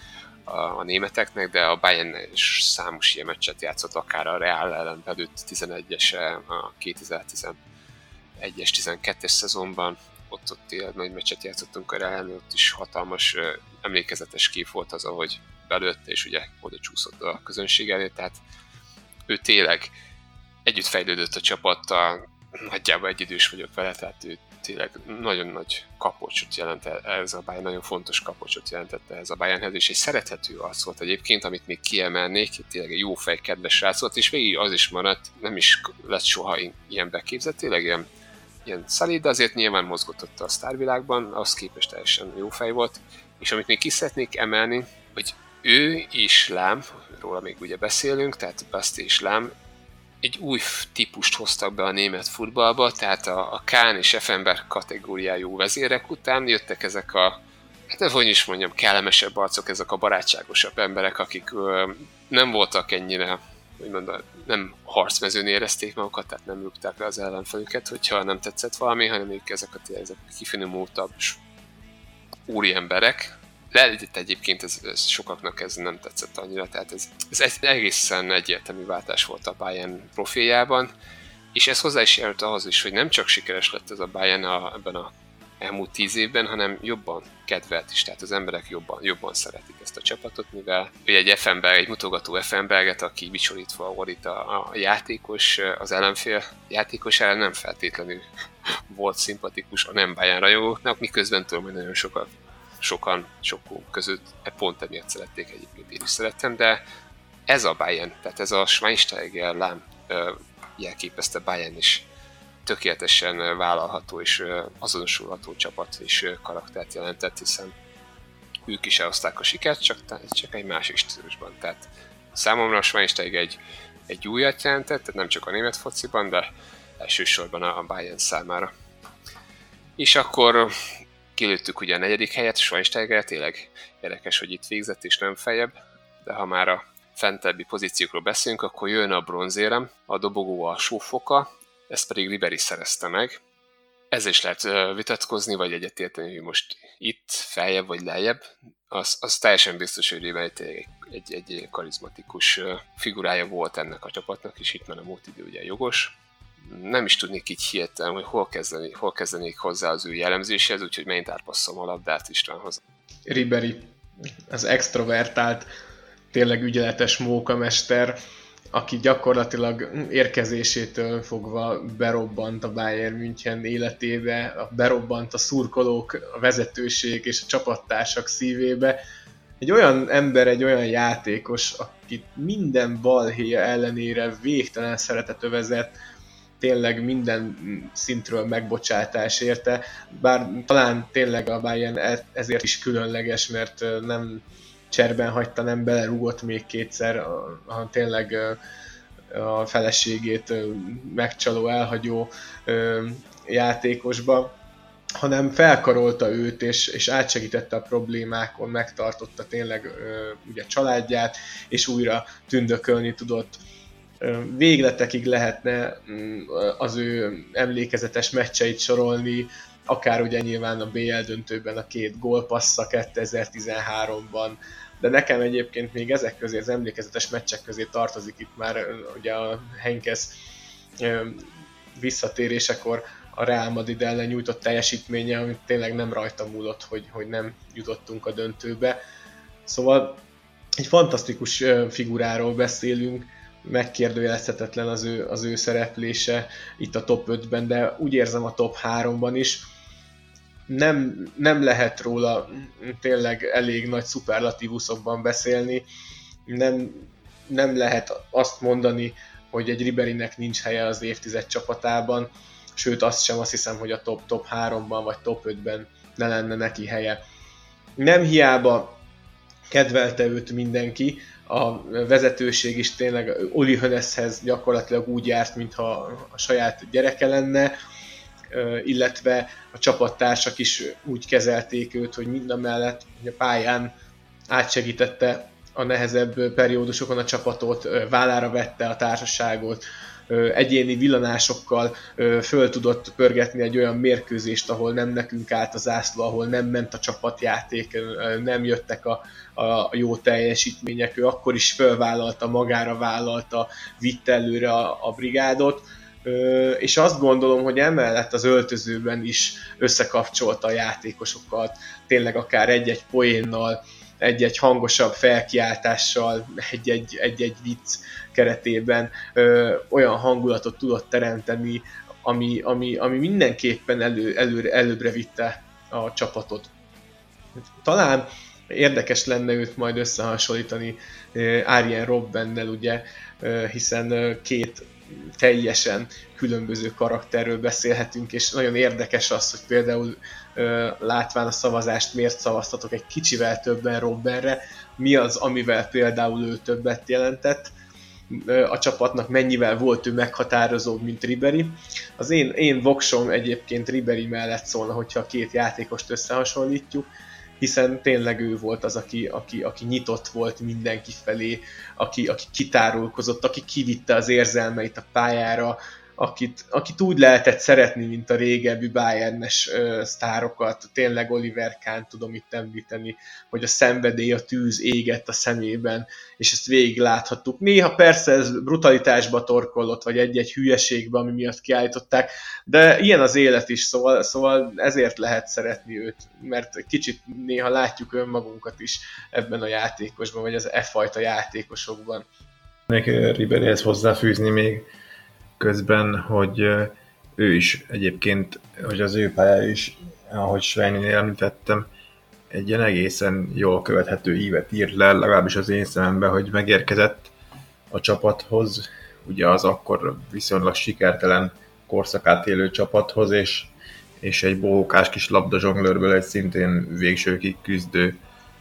a, a németeknek, de a Bayern is számos ilyen meccset játszott, akár a Real ellen belőtt tizenegyese a kétezer-tizenegyes tizenkettes szezonban, ott, ott tényleg nagy meccset játszottunk a Real, ott is hatalmas, emlékezetes kép volt az, ahogy belőtt, és ugye oda csúszott a közönség elé, tehát ő tényleg együtt fejlődött a csapattal, nagyjából egyidős vagyok vele, tehát ő tényleg nagyon nagy kapocsot jelent ez a Bayern, nagyon fontos kapocsot jelentette ez a Bayernhez, és egy szerethető arc volt egyébként, amit még kiemelnék, tényleg egy jó fej, kedves srác volt, és végig az is maradt, nem is lett soha ilyen beképzett, tényleg ilyen, ilyen szalid, de azért nyilván mozgott a sztárvilágban, ahhoz képest teljesen jó fej volt, és amit még ki szeretnék emelni, hogy ő és Lám, róla még ugye beszélünk, tehát Basti és Lám, egy új típust hoztak be a német futballba, tehát a, a Kahn és Effenberg kategóriájú vezérek után jöttek ezek a, hát hogy is mondjam, kellemesebb arcok, ezek a barátságosabb emberek, akik ö, nem voltak ennyire, hogy mondom, nem harcmezőn érezték magukat, tehát nem rúgták le az ellenfelüket, hogyha nem tetszett valami, hanem ők ezek a, ezek a kifinomultabb úri emberek. Lehet egyébként ez, ez sokaknak ez nem tetszett annyira, tehát ez, ez egy egészen egyértelmű váltás volt a Bayern profiljában, és ez hozzá is járult ahhoz is, hogy nem csak sikeres lett ez a Bayern a, ebben a elmúlt tíz évben, hanem jobban kedvelt is, tehát az emberek jobban, jobban szeretik ezt a csapatot, mivel ugye egy Effenberg, egy mutogató Effenberget, aki vicsorítva orít a, a játékos, az ellenfél játékos ellen nem feltétlenül volt szimpatikus a nem Bayern rajongóknak, miközben tudom, hogy nagyon sokat sokan, sokunk között pont emiatt szerették, egyébként én is szerettem, de ez a Bayern, tehát ez a Schweinsteiger Lám jelképezte Bayern is tökéletesen vállalható és azonosulható csapat és karaktert jelentett, hiszen ők is elhozták a sikert, csak, csak egy másik stílusban. Tehát számomra a Schweinsteiger egy, egy újat jelentett, tehát nem csak a német fociban, de elsősorban a Bayern számára. És akkor kilőttük ugye a negyedik helyet, Schweinsteiger, tényleg érdekes, hogy itt végzett és nem feljebb, de ha már a fentebbi pozíciókról beszélünk, akkor jön a bronzérem, a dobogó alsó foka, ezt pedig Ribéry szerezte meg. ezzel is lehet vitatkozni, vagy egyetérteni, hogy most itt, feljebb vagy lejjebb. Az, az teljesen biztos, hogy Ribery egy, egy, egy karizmatikus figurája volt ennek a csapatnak, és itt már a múlt idő ugye jogos. Nem is tudnék így hirtelen, hogy hol, kezdeni, hol kezdenék hozzá az ő jellemzéshez, úgyhogy megint átpasszom a labdát Istvánhoz. Ribery, az extrovertált, tényleg ügyeletes mókamester, aki gyakorlatilag érkezésétől fogva berobbant a Bayern München életébe, berobbant a szurkolók, a vezetőség és a csapattársak szívébe. Egy olyan ember, egy olyan játékos, akit minden balhéja ellenére végtelen szeretet övezett, tényleg minden szintről megbocsátás érte, bár talán tényleg a Bayern ezért is különleges, mert nem cserben hagyta, nem belerúgott még kétszer a, a tényleg a feleségét megcsaló, elhagyó játékosba, hanem felkarolta őt, és, és átsegítette a problémákon, megtartotta tényleg ugye családját, és újra tündökölni tudott. Végletekig lehetne az ő emlékezetes meccseit sorolni, akár ugye nyilván a bé el döntőben a két gólpassza kétezer-tizenháromban, de nekem egyébként még ezek közé, az emlékezetes meccsek közé tartozik itt már ugye a Henkes visszatérésekor a Real Madrid ellen nyújtott teljesítménye, amit tényleg nem rajta múlott, hogy, hogy nem jutottunk a döntőbe. Szóval egy fantasztikus figuráról beszélünk, megkérdőjelezhetetlen az ő, az ő szereplése itt a top ötben, de úgy érzem a top háromban is. Nem, nem lehet róla tényleg elég nagy szuperlatívuszokban beszélni, nem, nem lehet azt mondani, hogy egy Riberynek nincs helye az évtized csapatában, sőt azt sem, azt hiszem, hogy a top, top háromban vagy top ötben ne lenne neki helye. Nem hiába kedvelte őt mindenki, a vezetőség is tényleg Uli Hoeneßhez gyakorlatilag úgy járt, mintha a saját gyereke lenne, illetve a csapattársak is úgy kezelték őt, hogy mindamellett a pályán átsegítette a nehezebb periódusokon a csapatot, vállára vette a társaságot, egyéni villanásokkal föl tudott pörgetni egy olyan mérkőzést, ahol nem nekünk állt a zászló, ahol nem ment a csapatjáték, nem jöttek a, a jó teljesítmények, ő akkor is fölvállalta, magára vállalta, vitte előre a, a brigádot, és azt gondolom, hogy emellett az öltözőben is összekapcsolta a játékosokat, tényleg akár egy-egy poénnal, egy-egy hangosabb felkiáltással, egy-egy, egy-egy vicc keretében ö, olyan hangulatot tudott teremteni, ami, ami, ami mindenképpen elő, elő, előbbre vitte a csapatot. Talán érdekes lenne őt majd összehasonlítani Arjen Robbennel, ugye, hiszen két teljesen különböző karakterről beszélhetünk, és nagyon érdekes az, hogy például látván a szavazást miért szavaztatok egy kicsivel többen Robbenre, mi az, amivel például ő többet jelentett a csapatnak, mennyivel volt ő meghatározóbb, mint Ribery. Az én, én voksom egyébként Ribery mellett szólna, hogyha a két játékost összehasonlítjuk, hiszen tényleg ő volt az, aki, aki, aki nyitott volt mindenki felé, aki, aki kitárulkozott, aki kivitte az érzelmeit a pályára, akit, akit úgy lehetett szeretni, mint a régebbi Bayernes uh, sztárokat. Tényleg Oliver Kahn tudom itt említeni, hogy a szenvedély, a tűz égett a szemében, és ezt végig láthattuk. Néha persze ez brutalitásba torkollott, vagy egy-egy hülyeségbe, ami miatt kiállították, de ilyen az élet is, szóval, szóval ezért lehet szeretni őt, mert kicsit néha látjuk önmagunkat is ebben a játékosban, vagy az e fajta játékosokban. Még Riberyhez hozzáfűzni még közben, hogy ő is egyébként, hogy az ő pályája is, ahogy Svejnél említettem, egy ilyen egészen jól követhető ívet írt le, legalábbis az én szememben, hogy megérkezett a csapathoz, ugye az akkor viszonylag sikertelen korszakát élő csapathoz, és, és egy bohókás kis labdazsonglőrből egy szintén végsőkig küzdő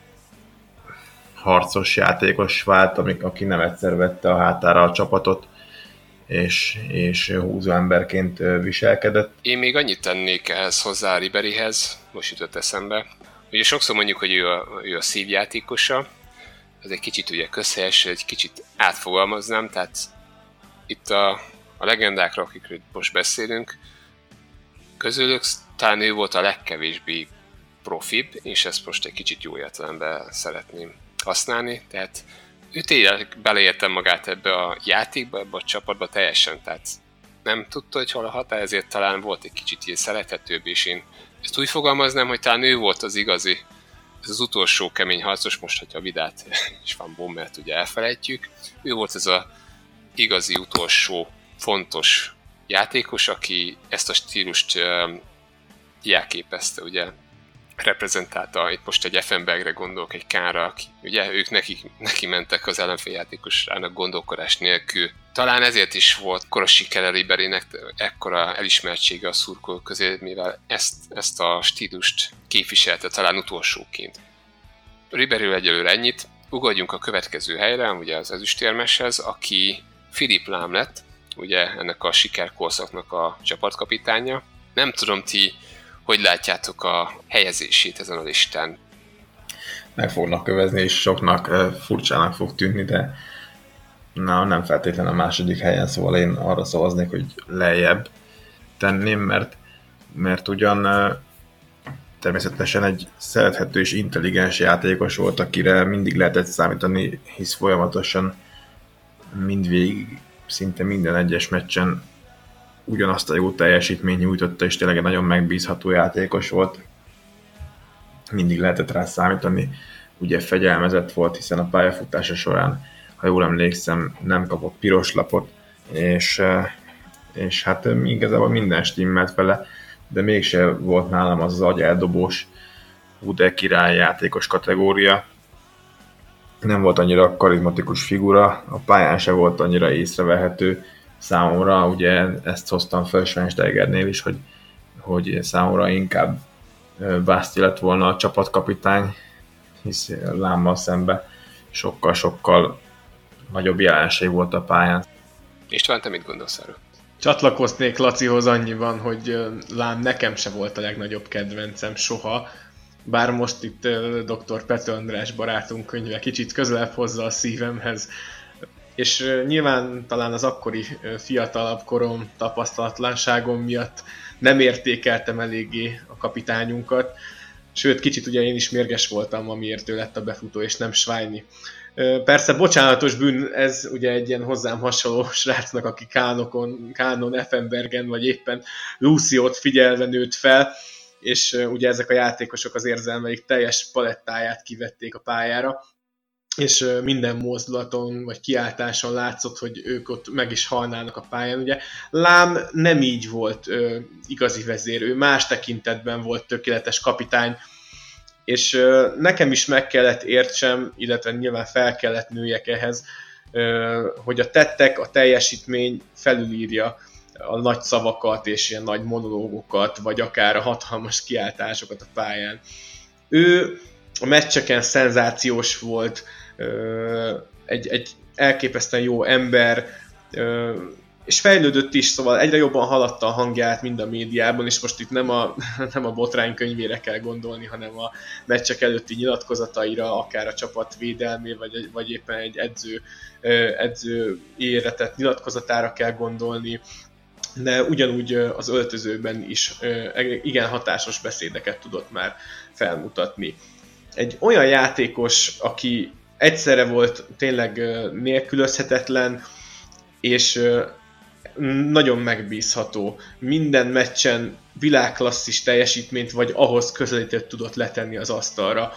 harcos játékos vált, amik, aki nem egyszer vette a hátára a csapatot, és, és húzó emberként viselkedett. Én még annyit tennék ehhez hozzá Riberyhez, most jutott eszembe. Ugye sokszor mondjuk, hogy ő a, ő a szívjátékosa, ez egy kicsit ugye közhelyes, egy kicsit átfogalmaznám, tehát itt a, a legendákra, akikről most beszélünk, közülük talán ő volt a legkevésbé profibb, és ezt most egy kicsit jó értelemben szeretném használni, tehát ő tényleg beleértem magát ebbe a játékba, ebbe a csapatba teljesen, tehát nem tudta, hogy hol a határ, ezért talán volt egy kicsit ilyen szerethetőbb, és én ezt úgy fogalmaznám, hogy talán ő volt az igazi, ez az utolsó kemény harcos, most, hogyha a Vidát és Van Bommelt ugye elfelejtjük, ő volt ez az igazi utolsó fontos játékos, aki ezt a stílust uh, jelképezte, ugye reprezentálta, itt most egy Effenbergre gondolok, egy Kánra, aki, ugye ők neki, neki mentek az ellenféljátékosrának gondolkodás nélkül. Talán ezért is volt akkora sikere Ribérynek, ekkora elismertsége a szurkolók közé, mivel ezt, ezt a stílust képviselte talán utolsóként. Ribéryről egyelőre ennyit, ugorjunk a következő helyre, ugye az ezüstérmeshez, aki Philippe Lahm lett, ugye ennek a sikerkorszaknak a csapatkapitánya. Nem tudom, ti hogy látjátok a helyezését ezen a listán? Meg fognak kövezni, és soknak furcsának fog tűnni, de na, nem feltétlenül a második helyen, szóval én arra szavaznék, hogy lejjebb tenném, mert, mert ugyan természetesen egy szerethető és intelligens játékos volt, akire mindig lehetett számítani, hisz folyamatosan mindvégig, szinte minden egyes meccsen ugyanazt a jó teljesítményt nyújtotta, és tényleg egy nagyon megbízható játékos volt. Mindig lehetett rá számítani. Ugye fegyelmezett volt, hiszen a pályafutása során, ha jól emlékszem, nem kapott piros lapot, és, és hát igazából minden stimmelt vele, de mégse volt nálam az az agyeldobós Ude király játékos kategória. Nem volt annyira karizmatikus figura, a pályán se volt annyira észrevehető számomra, ugye ezt hoztam fel Schweinsteigernél is, hogy, hogy számomra inkább Basti lett volna a csapatkapitány, hisz Lámmal szembe sokkal-sokkal nagyobb jelenség volt a pályán. István, te mit gondolsz erről? Csatlakoznék Lacihoz annyiban, hogy Lahm nekem se volt a legnagyobb kedvencem soha, bár most itt dr. Pető András barátunk könyve kicsit közelebb hozza a szívemhez. És nyilván talán az akkori fiatalabb korom tapasztalatlanságom miatt nem értékeltem eléggé a kapitányunkat, sőt kicsit ugye én is mérges voltam, amiért ő lett a befutó, és nem Schweini. Persze bocsánatos bűn ez ugye egy ilyen hozzám hasonló srácnak, aki Kánokon, Kánon, Effenbergen vagy éppen Luciót figyelve nőtt fel, és ugye ezek a játékosok az érzelmeik teljes palettáját kivették a pályára, és minden mozdulaton vagy kiáltáson látszott, hogy ők ott meg is halnának a pályán. Ugye Lahm nem így volt ö, igazi vezér, ő más tekintetben volt tökéletes kapitány, és ö, nekem is meg kellett értsem, illetve nyilván fel kellett nőjek ehhez, ö, hogy a tettek, a teljesítmény felülírja a nagy szavakat és ilyen nagy monológokat, vagy akár a hatalmas kiáltásokat a pályán. Ő a meccseken szenzációs volt, Egy, egy elképesztően jó ember, és fejlődött is, szóval egyre jobban haladta a hangját mind a médiában, és most itt nem a, nem a botrány könyvére kell gondolni, hanem a meccsek előtti nyilatkozataira, akár a csapat védelmé, vagy, vagy éppen egy edző, edző éretett nyilatkozatára kell gondolni, de ugyanúgy az öltözőben is igen hatásos beszédeket tudott már felmutatni. Egy olyan játékos, aki egyszerre volt tényleg nélkülözhetetlen, és nagyon megbízható. Minden meccsen világklasszis teljesítményt, vagy ahhoz közelítőt tudott letenni az asztalra.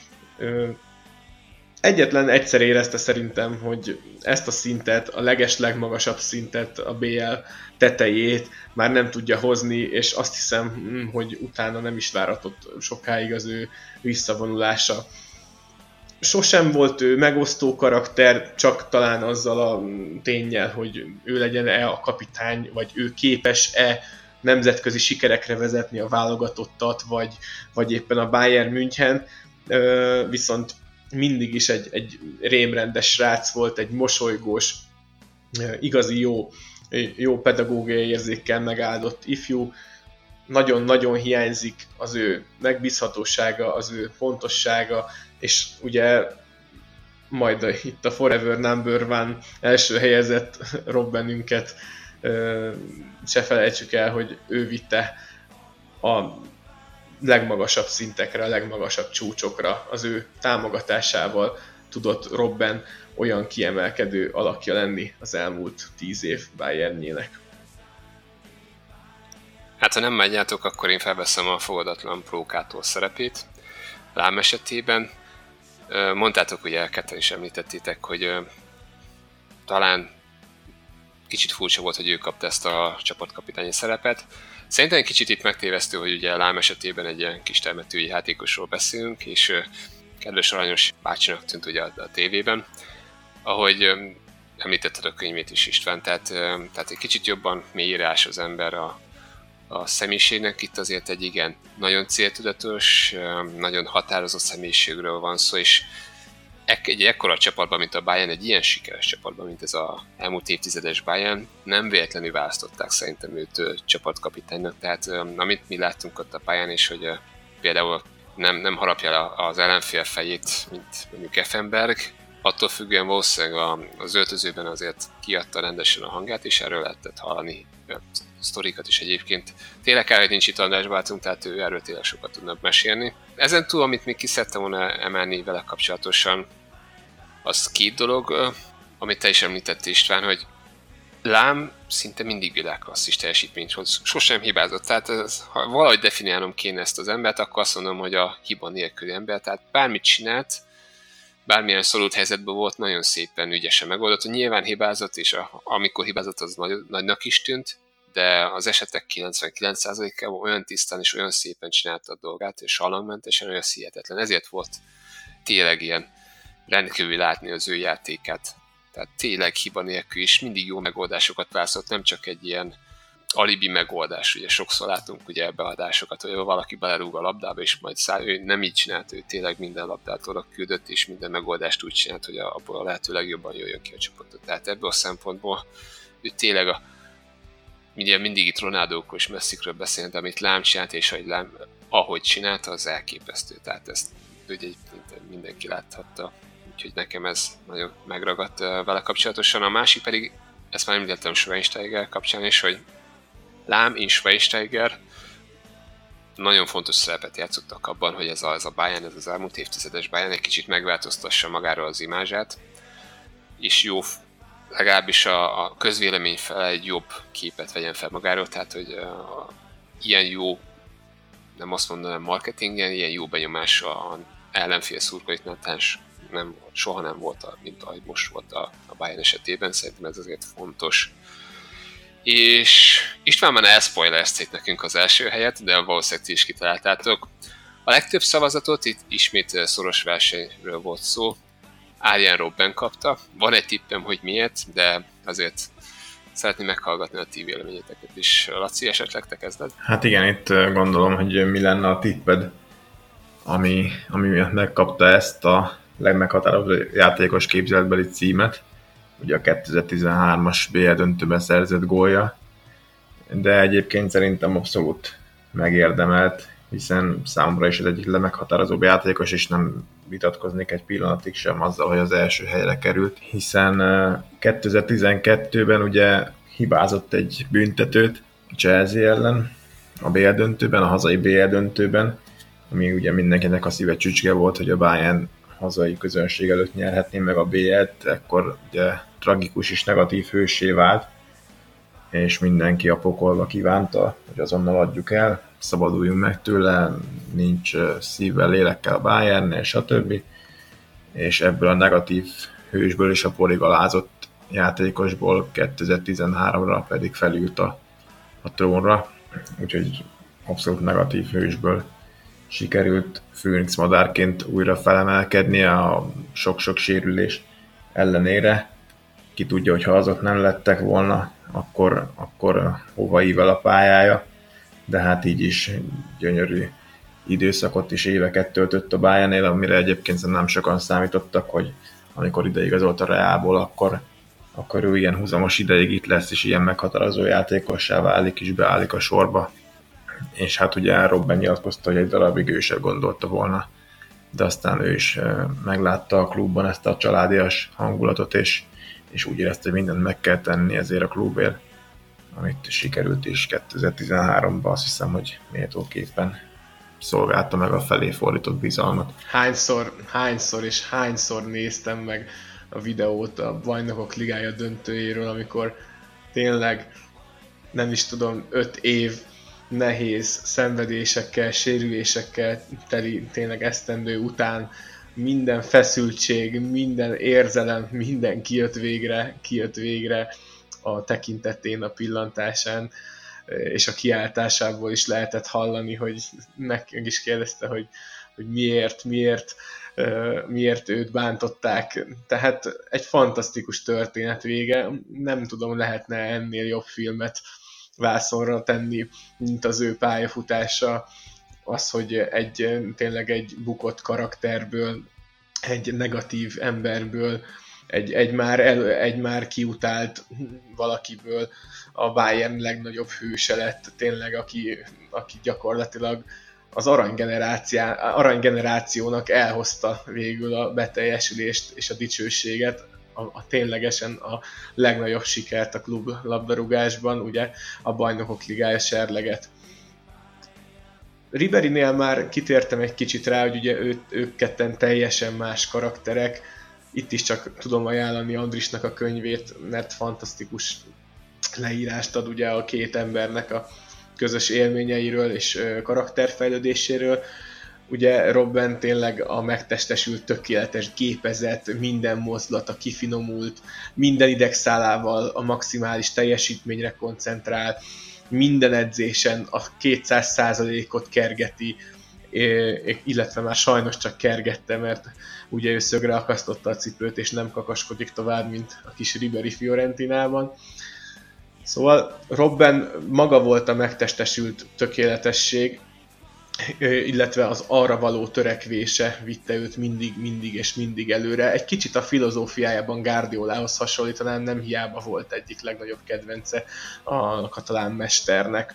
Egyetlen egyszer érezte szerintem, hogy ezt a szintet, a leges legmagasabb szintet, a bé el tetejét már nem tudja hozni, és azt hiszem, hogy utána nem is várhatott sokáig az ő visszavonulása. Sosem volt ő megosztó karakter, csak talán azzal a ténnyel, hogy ő legyen-e a kapitány, vagy ő képes-e nemzetközi sikerekre vezetni a válogatottat, vagy, vagy éppen a Bayern München, viszont mindig is egy, egy rémrendes srác volt, egy mosolygós, igazi jó, jó pedagógiai érzékkel megáldott ifjú. Nagyon-nagyon hiányzik az ő megbízhatósága, az ő fontossága, és ugye majd a, itt a Forever Number One első helyezett Robbenünket se felejtsük el, hogy ő vitte a legmagasabb szintekre, a legmagasabb csúcsokra az ő támogatásával tudott Robben olyan kiemelkedő alakja lenni az elmúlt tíz év Bayernjének. Hát ha nem megyátok, akkor én felveszem a fogadatlan prókátor szerepét. Lám esetében mondtátok, ugye ketten is említettétek, hogy talán kicsit furcsa volt, hogy ő kapta ezt a csapatkapitányi szerepet. Szerintem egy kicsit itt megtévesztő, hogy ugye Lám esetében egy ilyen kis termetői játékosról beszélünk, és kedves aranyos bácsinak tűnt ugye a, a tévében, ahogy említetted a könyvét is, István, tehát, tehát egy kicsit jobban mélyre ás az ember a, a személyiségnek. Itt azért egy igen nagyon céltudatos, nagyon határozott személyiségről van szó, és egy ekkora csapatban, mint a Bayern, egy ilyen sikeres csapatban, mint ez az elmúlt évtizedes Bayern, nem véletlenül választották szerintem őt csapatkapitánynak. Tehát amit mi láttunk ott a pályán, és hogy például nem, nem harapja le az ellenfél fejét, mint mondjuk Effenberg, attól függően valószínűleg az öltözőben azért kiadta rendesen a hangját, és erről lehetett hallani sztorikat is egyébként. Tényleg kár, hogy nincs itt András barátunk, tehát ő erről tényleg sokat tudna mesélni. Ezen túl, amit még ki szerettem volna emelni vele kapcsolatosan, az két dolog, amit te is említettél, István, hogy Lám szinte mindig világklasszis teljesítményt hoz, sosem hibázott. Tehát ez, ha valahogy definiálnom kéne ezt az embert, akkor azt mondom, hogy a hiba nélküli ember, tehát bármit csinált, bármilyen szorult helyzetben volt, nagyon szépen ügyesen megoldott, hogy nyilván hibázott, és a, amikor hibázott, az nagy, nagynak is tűnt, de az esetek kilencvenkilenc százalékában olyan tisztán és olyan szépen csinálta a dolgát, és salangmentesen, olyan hihetetlen. Ezért volt tényleg ilyen rendkívül látni az ő játékát. Tehát tényleg hiba nélkül is mindig jó megoldásokat válaszolt, nem csak egy ilyen alibi megoldás. Ugye sokszor látunk ugye beadásokat, hogy valaki belerúg a labdába, és majd száll, ő nem így csinált, ő tényleg minden labdát oda küldött, és minden megoldást úgy csinált, hogy abból a lehető legjobban jöjjön ki a csapatot. Tehát ebből a szempontból ő tényleg a Ugye mindig itt Ronaldókról és Messikről beszélünk, de amit Lám csinált, és hogy Lám, ahogy csinálta, az elképesztő. Tehát ezt ugye mindenki láthatta. Úgyhogy nekem ez nagyon megragadt vele kapcsolatosan. A másik pedig, ezt már említettem Schweinsteiger kapcsán is, hogy Lám és Schweinsteiger nagyon fontos szerepet játszottak abban, hogy ez a, ez a Bayern, ez az elmúlt évtizedes Bayern egy kicsit megváltoztassa magáról az imázsát, és jó, legalábbis a, a közvélemény fel egy jobb képet vegyen fel magáról, tehát hogy a, ilyen jó, nem azt mondanám marketingen, ilyen jó benyomás a ellenfél szurkolóknál nem, soha nem volt, a, mint ahogy most volt a, a Bayern esetében, szerintem ez azért fontos. És István már elszpoilerezték nekünk az első helyet, de valószínűleg ti is kitaláltátok. A legtöbb szavazatot itt ismét szoros versenyről volt szó. Arjen Robben kapta. Van egy tippem, hogy miért, de azért szeretném meghallgatni a ti véleményeteket is. Laci, esetleg te kezded? Hát igen, itt gondolom, hogy mi lenne a tipped, ami, ami miatt megkapta ezt a legmeghatározó játékos képzeletbeli címet. Ugye a kétezer-tizenhármas bé el döntőben szerzett gólja, de egyébként szerintem abszolút megérdemelt, hiszen számomra is az egyik legmeghatározóbb játékos, és nem vitatkoznék egy pillanatig sem azzal, hogy az első helyre került, hiszen kétezer-tizenkettőben ugye hibázott egy büntetőt a Chelsea ellen, a bé el döntőben, a hazai bé el döntőben, ami ugye mindenkinek a szíve csücske volt, hogy a Bayern hazai közönség előtt nyerhetné meg a bé el-t, ekkor ugye tragikus és negatív hőssé vált, és mindenki a pokolba kívánta, hogy azonnal adjuk el, szabaduljunk meg tőle, nincs szívvel, lélekkel a Bayernnél, stb. És ebből a negatív hősből és a porigalázott játékosból kétezer-tizenháromra pedig felült a, a trónra, úgyhogy abszolút negatív hősből sikerült Főnix madárként újra felemelkednie a sok-sok sérülés ellenére. Ki tudja, hogy ha azok nem lettek volna, akkor, akkor hova ível a pályája, de hát így is gyönyörű időszakot is éveket töltött a Bayernnél, amire egyébként nem sokan számítottak, hogy amikor ideigazolt a Realból, akkor, akkor ő ilyen húzamos ideig itt lesz, és ilyen meghatározó játékossá válik, és beállik a sorba. És hát ugye Robben nyilatkozta, hogy egy darabig ő sem gondolta volna, de aztán ő is meglátta a klubban ezt a családias hangulatot, és, és úgy érezte, hogy mindent meg kell tenni ezért a klubért. amit sikerült is kétezer-tizenháromban, azt hiszem, hogy méltóképpen szolgálta meg a felé fordított bizalmat. Hányszor, hányszor és hányszor néztem meg a videót a Bajnokok Ligája döntőjéről, amikor tényleg nem is tudom, öt év nehéz szenvedésekkel, sérülésekkel teli tényleg esztendő után minden feszültség, minden érzelem, minden kijött végre, kijött végre a tekintetén, a pillantásán, és a kiáltásából is lehetett hallani, hogy meg is kérdezte, hogy, hogy miért, miért, miért őt bántották. Tehát egy fantasztikus történet vége, nem tudom, lehetne ennél jobb filmet vászonra tenni, mint az ő pályafutása, az, hogy egy tényleg egy bukott karakterből, egy negatív emberből, egy, egy, már, el, egy már kiutált valakiből a Bayern legnagyobb hőse lett, tényleg, aki, aki gyakorlatilag az aranygenerációnak elhozta végül a beteljesülést és a dicsőséget, a, a ténylegesen a legnagyobb sikert a klub labdarúgásban, ugye a Bajnokok Ligája serleget. Ribérynél már kitértem egy kicsit rá, hogy ugye ő, ők ketten teljesen más karakterek. Itt is csak tudom ajánlani Andrisnak a könyvét, mert fantasztikus leírást ad ugye a két embernek a közös élményeiről és karakterfejlődéséről. Ugye Robben tényleg a megtestesült, tökéletes gépezet, minden mozdulata kifinomult, minden idegszálával a maximális teljesítményre koncentrál, minden edzésen a kétszáz százalékot kergeti, illetve már sajnos csak kergette, mert ugye ő szögre akasztotta a cipőt, és nem kakaskodik tovább, mint a kis Ribéry Fiorentinában. Szóval Robben maga volt a megtestesült tökéletesség, illetve az arra való törekvése vitte őt mindig, mindig és mindig előre. Egy kicsit a filozófiájában Guardiolához hasonlítanám, nem hiába volt egyik legnagyobb kedvence a katalán mesternek.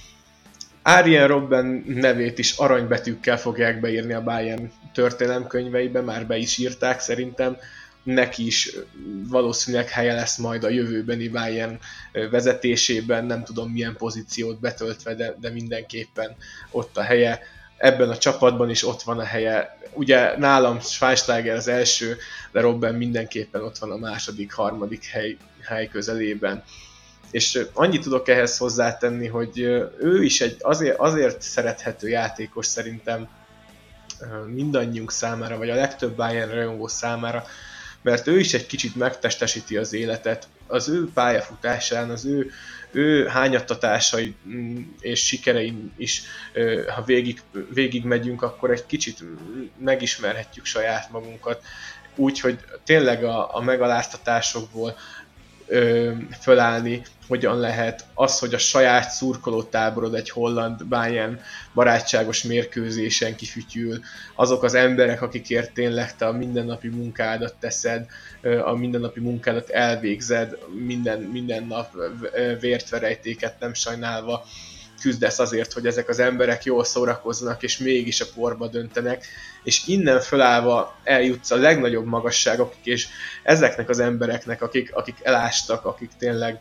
Arjen Robben nevét is aranybetűkkel fogják beírni a Bayern történelemkönyveibe, már be is írták szerintem. Neki is valószínűleg helye lesz majd a jövőbeni Bayern vezetésében, nem tudom milyen pozíciót betöltve, de, de mindenképpen ott a helye. Ebben a csapatban is ott van a helye. Ugye nálam Schweinsteiger az első, de Robben mindenképpen ott van a második, harmadik hely, hely közelében. És annyit tudok ehhez hozzátenni, hogy ő is egy azért, azért szerethető játékos szerintem mindannyiunk számára, vagy a legtöbb Bayern rajongó számára, mert ő is egy kicsit megtestesíti az életet. Az ő pályafutásán, az ő, ő hányattatásai és sikerein is, ha végig, végig megyünk, akkor egy kicsit megismerhetjük saját magunkat. Úgyhogy tényleg a, a megaláztatásokból ö, fölállni, hogyan lehet az, hogy a saját szurkolótáborod egy holland Bayern barátságos mérkőzésen kifütyül, azok az emberek, akikért tényleg te a mindennapi munkádat teszed, a mindennapi munkádat elvégzed, minden, minden nap vértverejtéket nem sajnálva küzdesz azért, hogy ezek az emberek jól szórakoznak, és mégis a porba döntenek, és innen fölállva eljutsz a legnagyobb magasságokig, és ezeknek az embereknek, akik, akik elástak, akik tényleg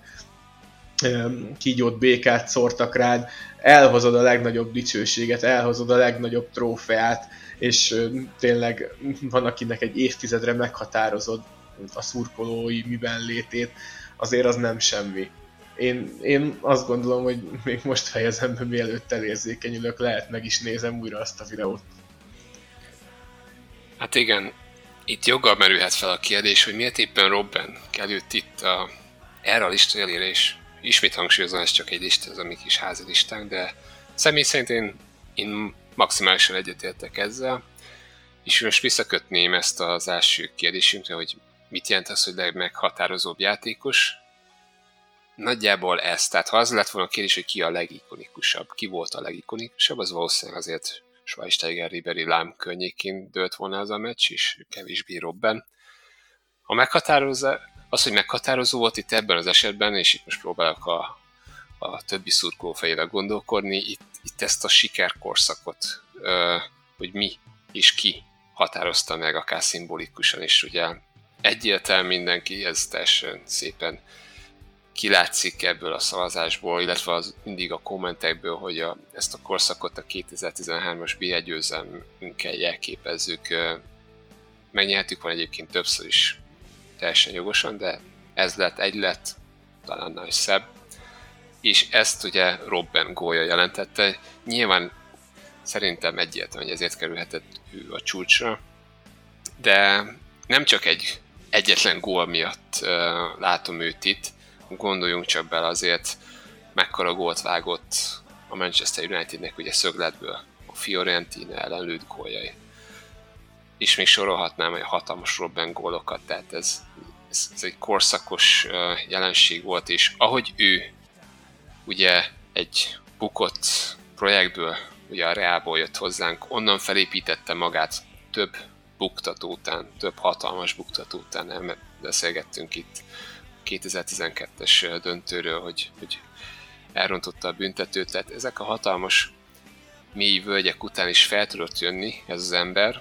kígyót, békát szórtak rád, elhozod a legnagyobb dicsőséget, elhozod a legnagyobb trófeát, és tényleg van, akinek egy évtizedre meghatározod a szurkolói miben létét, azért az nem semmi. Én, én azt gondolom, hogy még most fejezem be, mielőtt elérzékenyülök, lehet meg is nézem újra azt a videót. Hát igen, itt joggal merülhet fel a kérdés, hogy miért éppen Robben került itt a, erre a lista elére, és ismét hangsúlyozom, ez csak egy lista, ez a mi kis házi listánk, de személy szerint én, én maximálisan egyetértek ezzel, és most visszakötném ezt az első kérdésünkre, hogy mit jelent az, hogy legmeghatározóbb játékos. Nagyjából ez, tehát ha az lett volna a kérdés, hogy ki a legikonikusabb, ki volt a legikonikusabb, az valószínűleg azért Schweinsteiger, Ribéry, Lahm környékén dőlt volna az a meccs, és kevésbé Robben. A meghatározó, az, hogy meghatározó volt itt ebben az esetben, és itt most próbálok a, a többi szurkoló fejére gondolkodni, itt, itt ezt a sikerkorszakot, hogy mi és ki határozta meg, akár szimbolikusan is, ugye egyértelmű mindenki, ez teljesen szépen kilátszik ebből a szavazásból, illetve az mindig a kommentekből, hogy a, ezt a korszakot a kétezer-tizenhármas bé egy győzelmünkkel jelképezzük. Megnyertük van egyébként többször is teljesen jogosan, de ez lett, egy lett, talán nagy szebb. És ezt ugye Robben gólja jelentette. Nyilván szerintem egyértelmű, hogy ezért kerülhetett ő a csúcsra, de nem csak egy egyetlen gól miatt uh, látom őt itt, gondoljunk csak bele azért, mekkora gólt vágott a Manchester Unitednek ugye szögletből, a Fiorentina ellen lőtt góljai. És még sorolhatnám a hatalmas Robben gólokat, tehát ez, ez, ez egy korszakos uh, jelenség volt, és ahogy ő ugye egy bukott projektből, ugye a Realból jött hozzánk, onnan felépítette magát több buktató után, több hatalmas buktató után, nem beszélgettünk itt kétezer-tizenkettes döntőről, hogy, hogy elrontotta a büntetőt, tehát ezek a hatalmas mély völgyek után is fel tudott jönni ez az ember,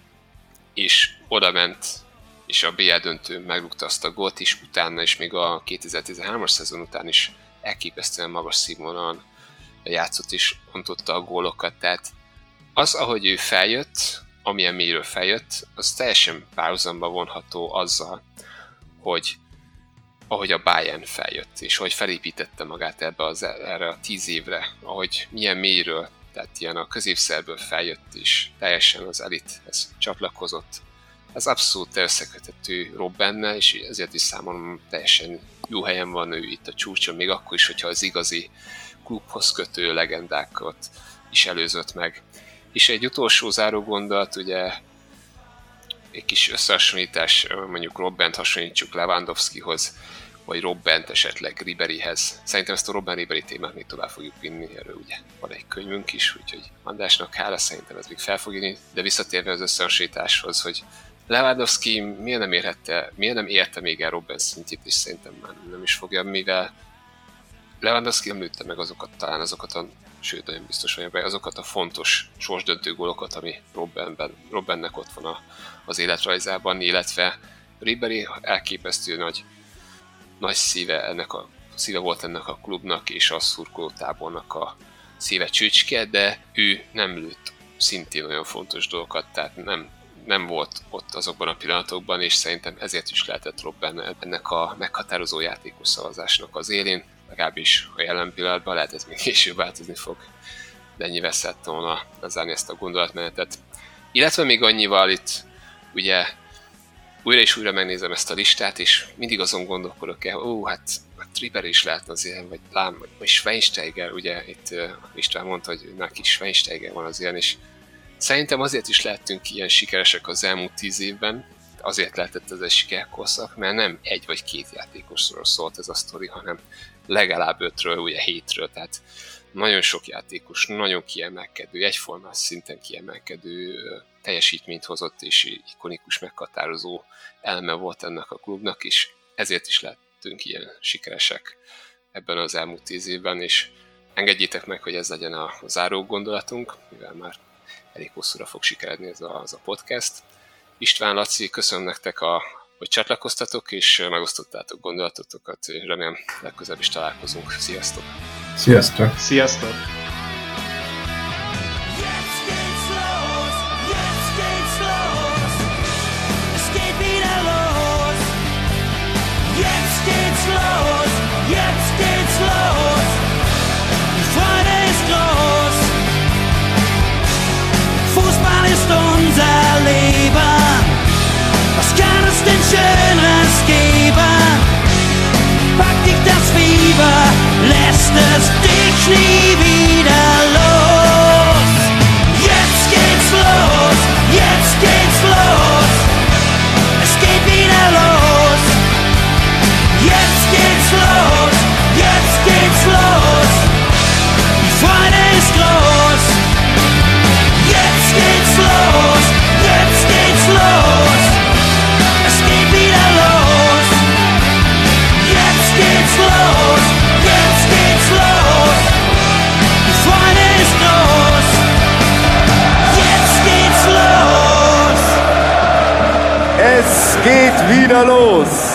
és oda ment, és a bé el döntőn megrúgta azt a gólt, és utána is, még a kétezer-tizenhármas szezon után is elképesztően magas színvonalon játszott és ontotta a gólokat, tehát az, ahogy ő feljött, amilyen mélyről feljött, az teljesen párhuzamba vonható azzal, hogy ahogy a Bayern feljött, és ahogy felépítette magát ebbe az, erre a tíz évre, ahogy milyen mélyről, tehát ilyen a középszerből feljött, és teljesen az elithez csatlakozott. Ez abszolút összeköthető Robbennel, és ezért is számomra teljesen jó helyen van ő itt a csúcson, még akkor is, hogyha az igazi klubhoz kötő legendákat is előzött meg. És egy utolsó záró gondolat, ugye egy kis összehasonlítás, mondjuk Robbent hasonlítsuk Lewandowskihoz, vagy Robbent esetleg Ribéryhez. Szerintem ezt a Robben Ribéry témát még tovább fogjuk vinni, erről ugye van egy könyvünk is, úgyhogy Andrásnak hála, szerintem ez még fel fog írni, de visszatérve az összehasonlításhoz, hogy Lewandowski miért nem érhette, miért nem érte még el Robben szintjét, és szerintem már nem is fogja, mivel Lewandowski nem lőtte meg azokat, talán azokat a, sőt, nagyon biztos vagyok benne, azokat a fontos sorsdöntő gólokat, ami Robbenben, Robbennek ott van a, az életrajzában, illetve Ribéry elképesztő nagy, nagy szíve, ennek a, szíve volt ennek a klubnak és a szurkolótábornak a szíve csücske, de ő nem lőtt szintén olyan fontos dolgokat, tehát nem, nem volt ott azokban a pillanatokban, és szerintem ezért is lehetett Robben ennek a meghatározó játékos szavazásnak az élén, legalábbis a jelen pillanatban, lehet ez még később változni fog, de ennyivel szerettem volna lezárni ezt a gondolatmenetet. Illetve még annyival itt ugye újra és újra megnézem ezt a listát, és mindig azon gondolkodok el, ó, hát, hát Ribéry is lehetne az ilyen, vagy lám, vagy Schweinsteiger, ugye itt uh, István mondta, hogy neki Schweinsteiger van az ilyen, és szerintem azért is lehetünk ilyen sikeresek az elmúlt tíz évben, azért lehetett ez egy sikerkorszak, mert nem egy vagy két játékosról szólt ez a sztori, hanem legalább ötről, ugye hétről, tehát nagyon sok játékos, nagyon kiemelkedő, egyformán szinten kiemelkedő teljesítményt hozott, és ikonikus, meghatározó eleme volt ennek a klubnak, és ezért is lettünk ilyen sikeresek ebben az elmúlt tíz évben, és engedjétek meg, hogy ez legyen a záró gondolatunk, mivel már elég hosszúra fog sikeredni ez a, az a podcast. István, Laci, köszönöm nektek, a, hogy csatlakoztatok, és megosztottátok gondolatotokat, és remélem legközelebb is találkozunk. Sziasztok! Sziasztok! Sziasztok! Unser Leben, was kann es denn Schöneres geben? Packt dich das Fieber, lässt es dich nie wieder los. Jetzt geht's los, jetzt geht's los, es geht wieder los. Jetzt geht's los, jetzt geht's los, die Freude ist groß. Jetzt geht's los, jetzt geht's los, es geht wieder los. Jetzt geht's los, jetzt geht's los, die Freude ist groß. Jetzt geht's los. Es geht wieder los.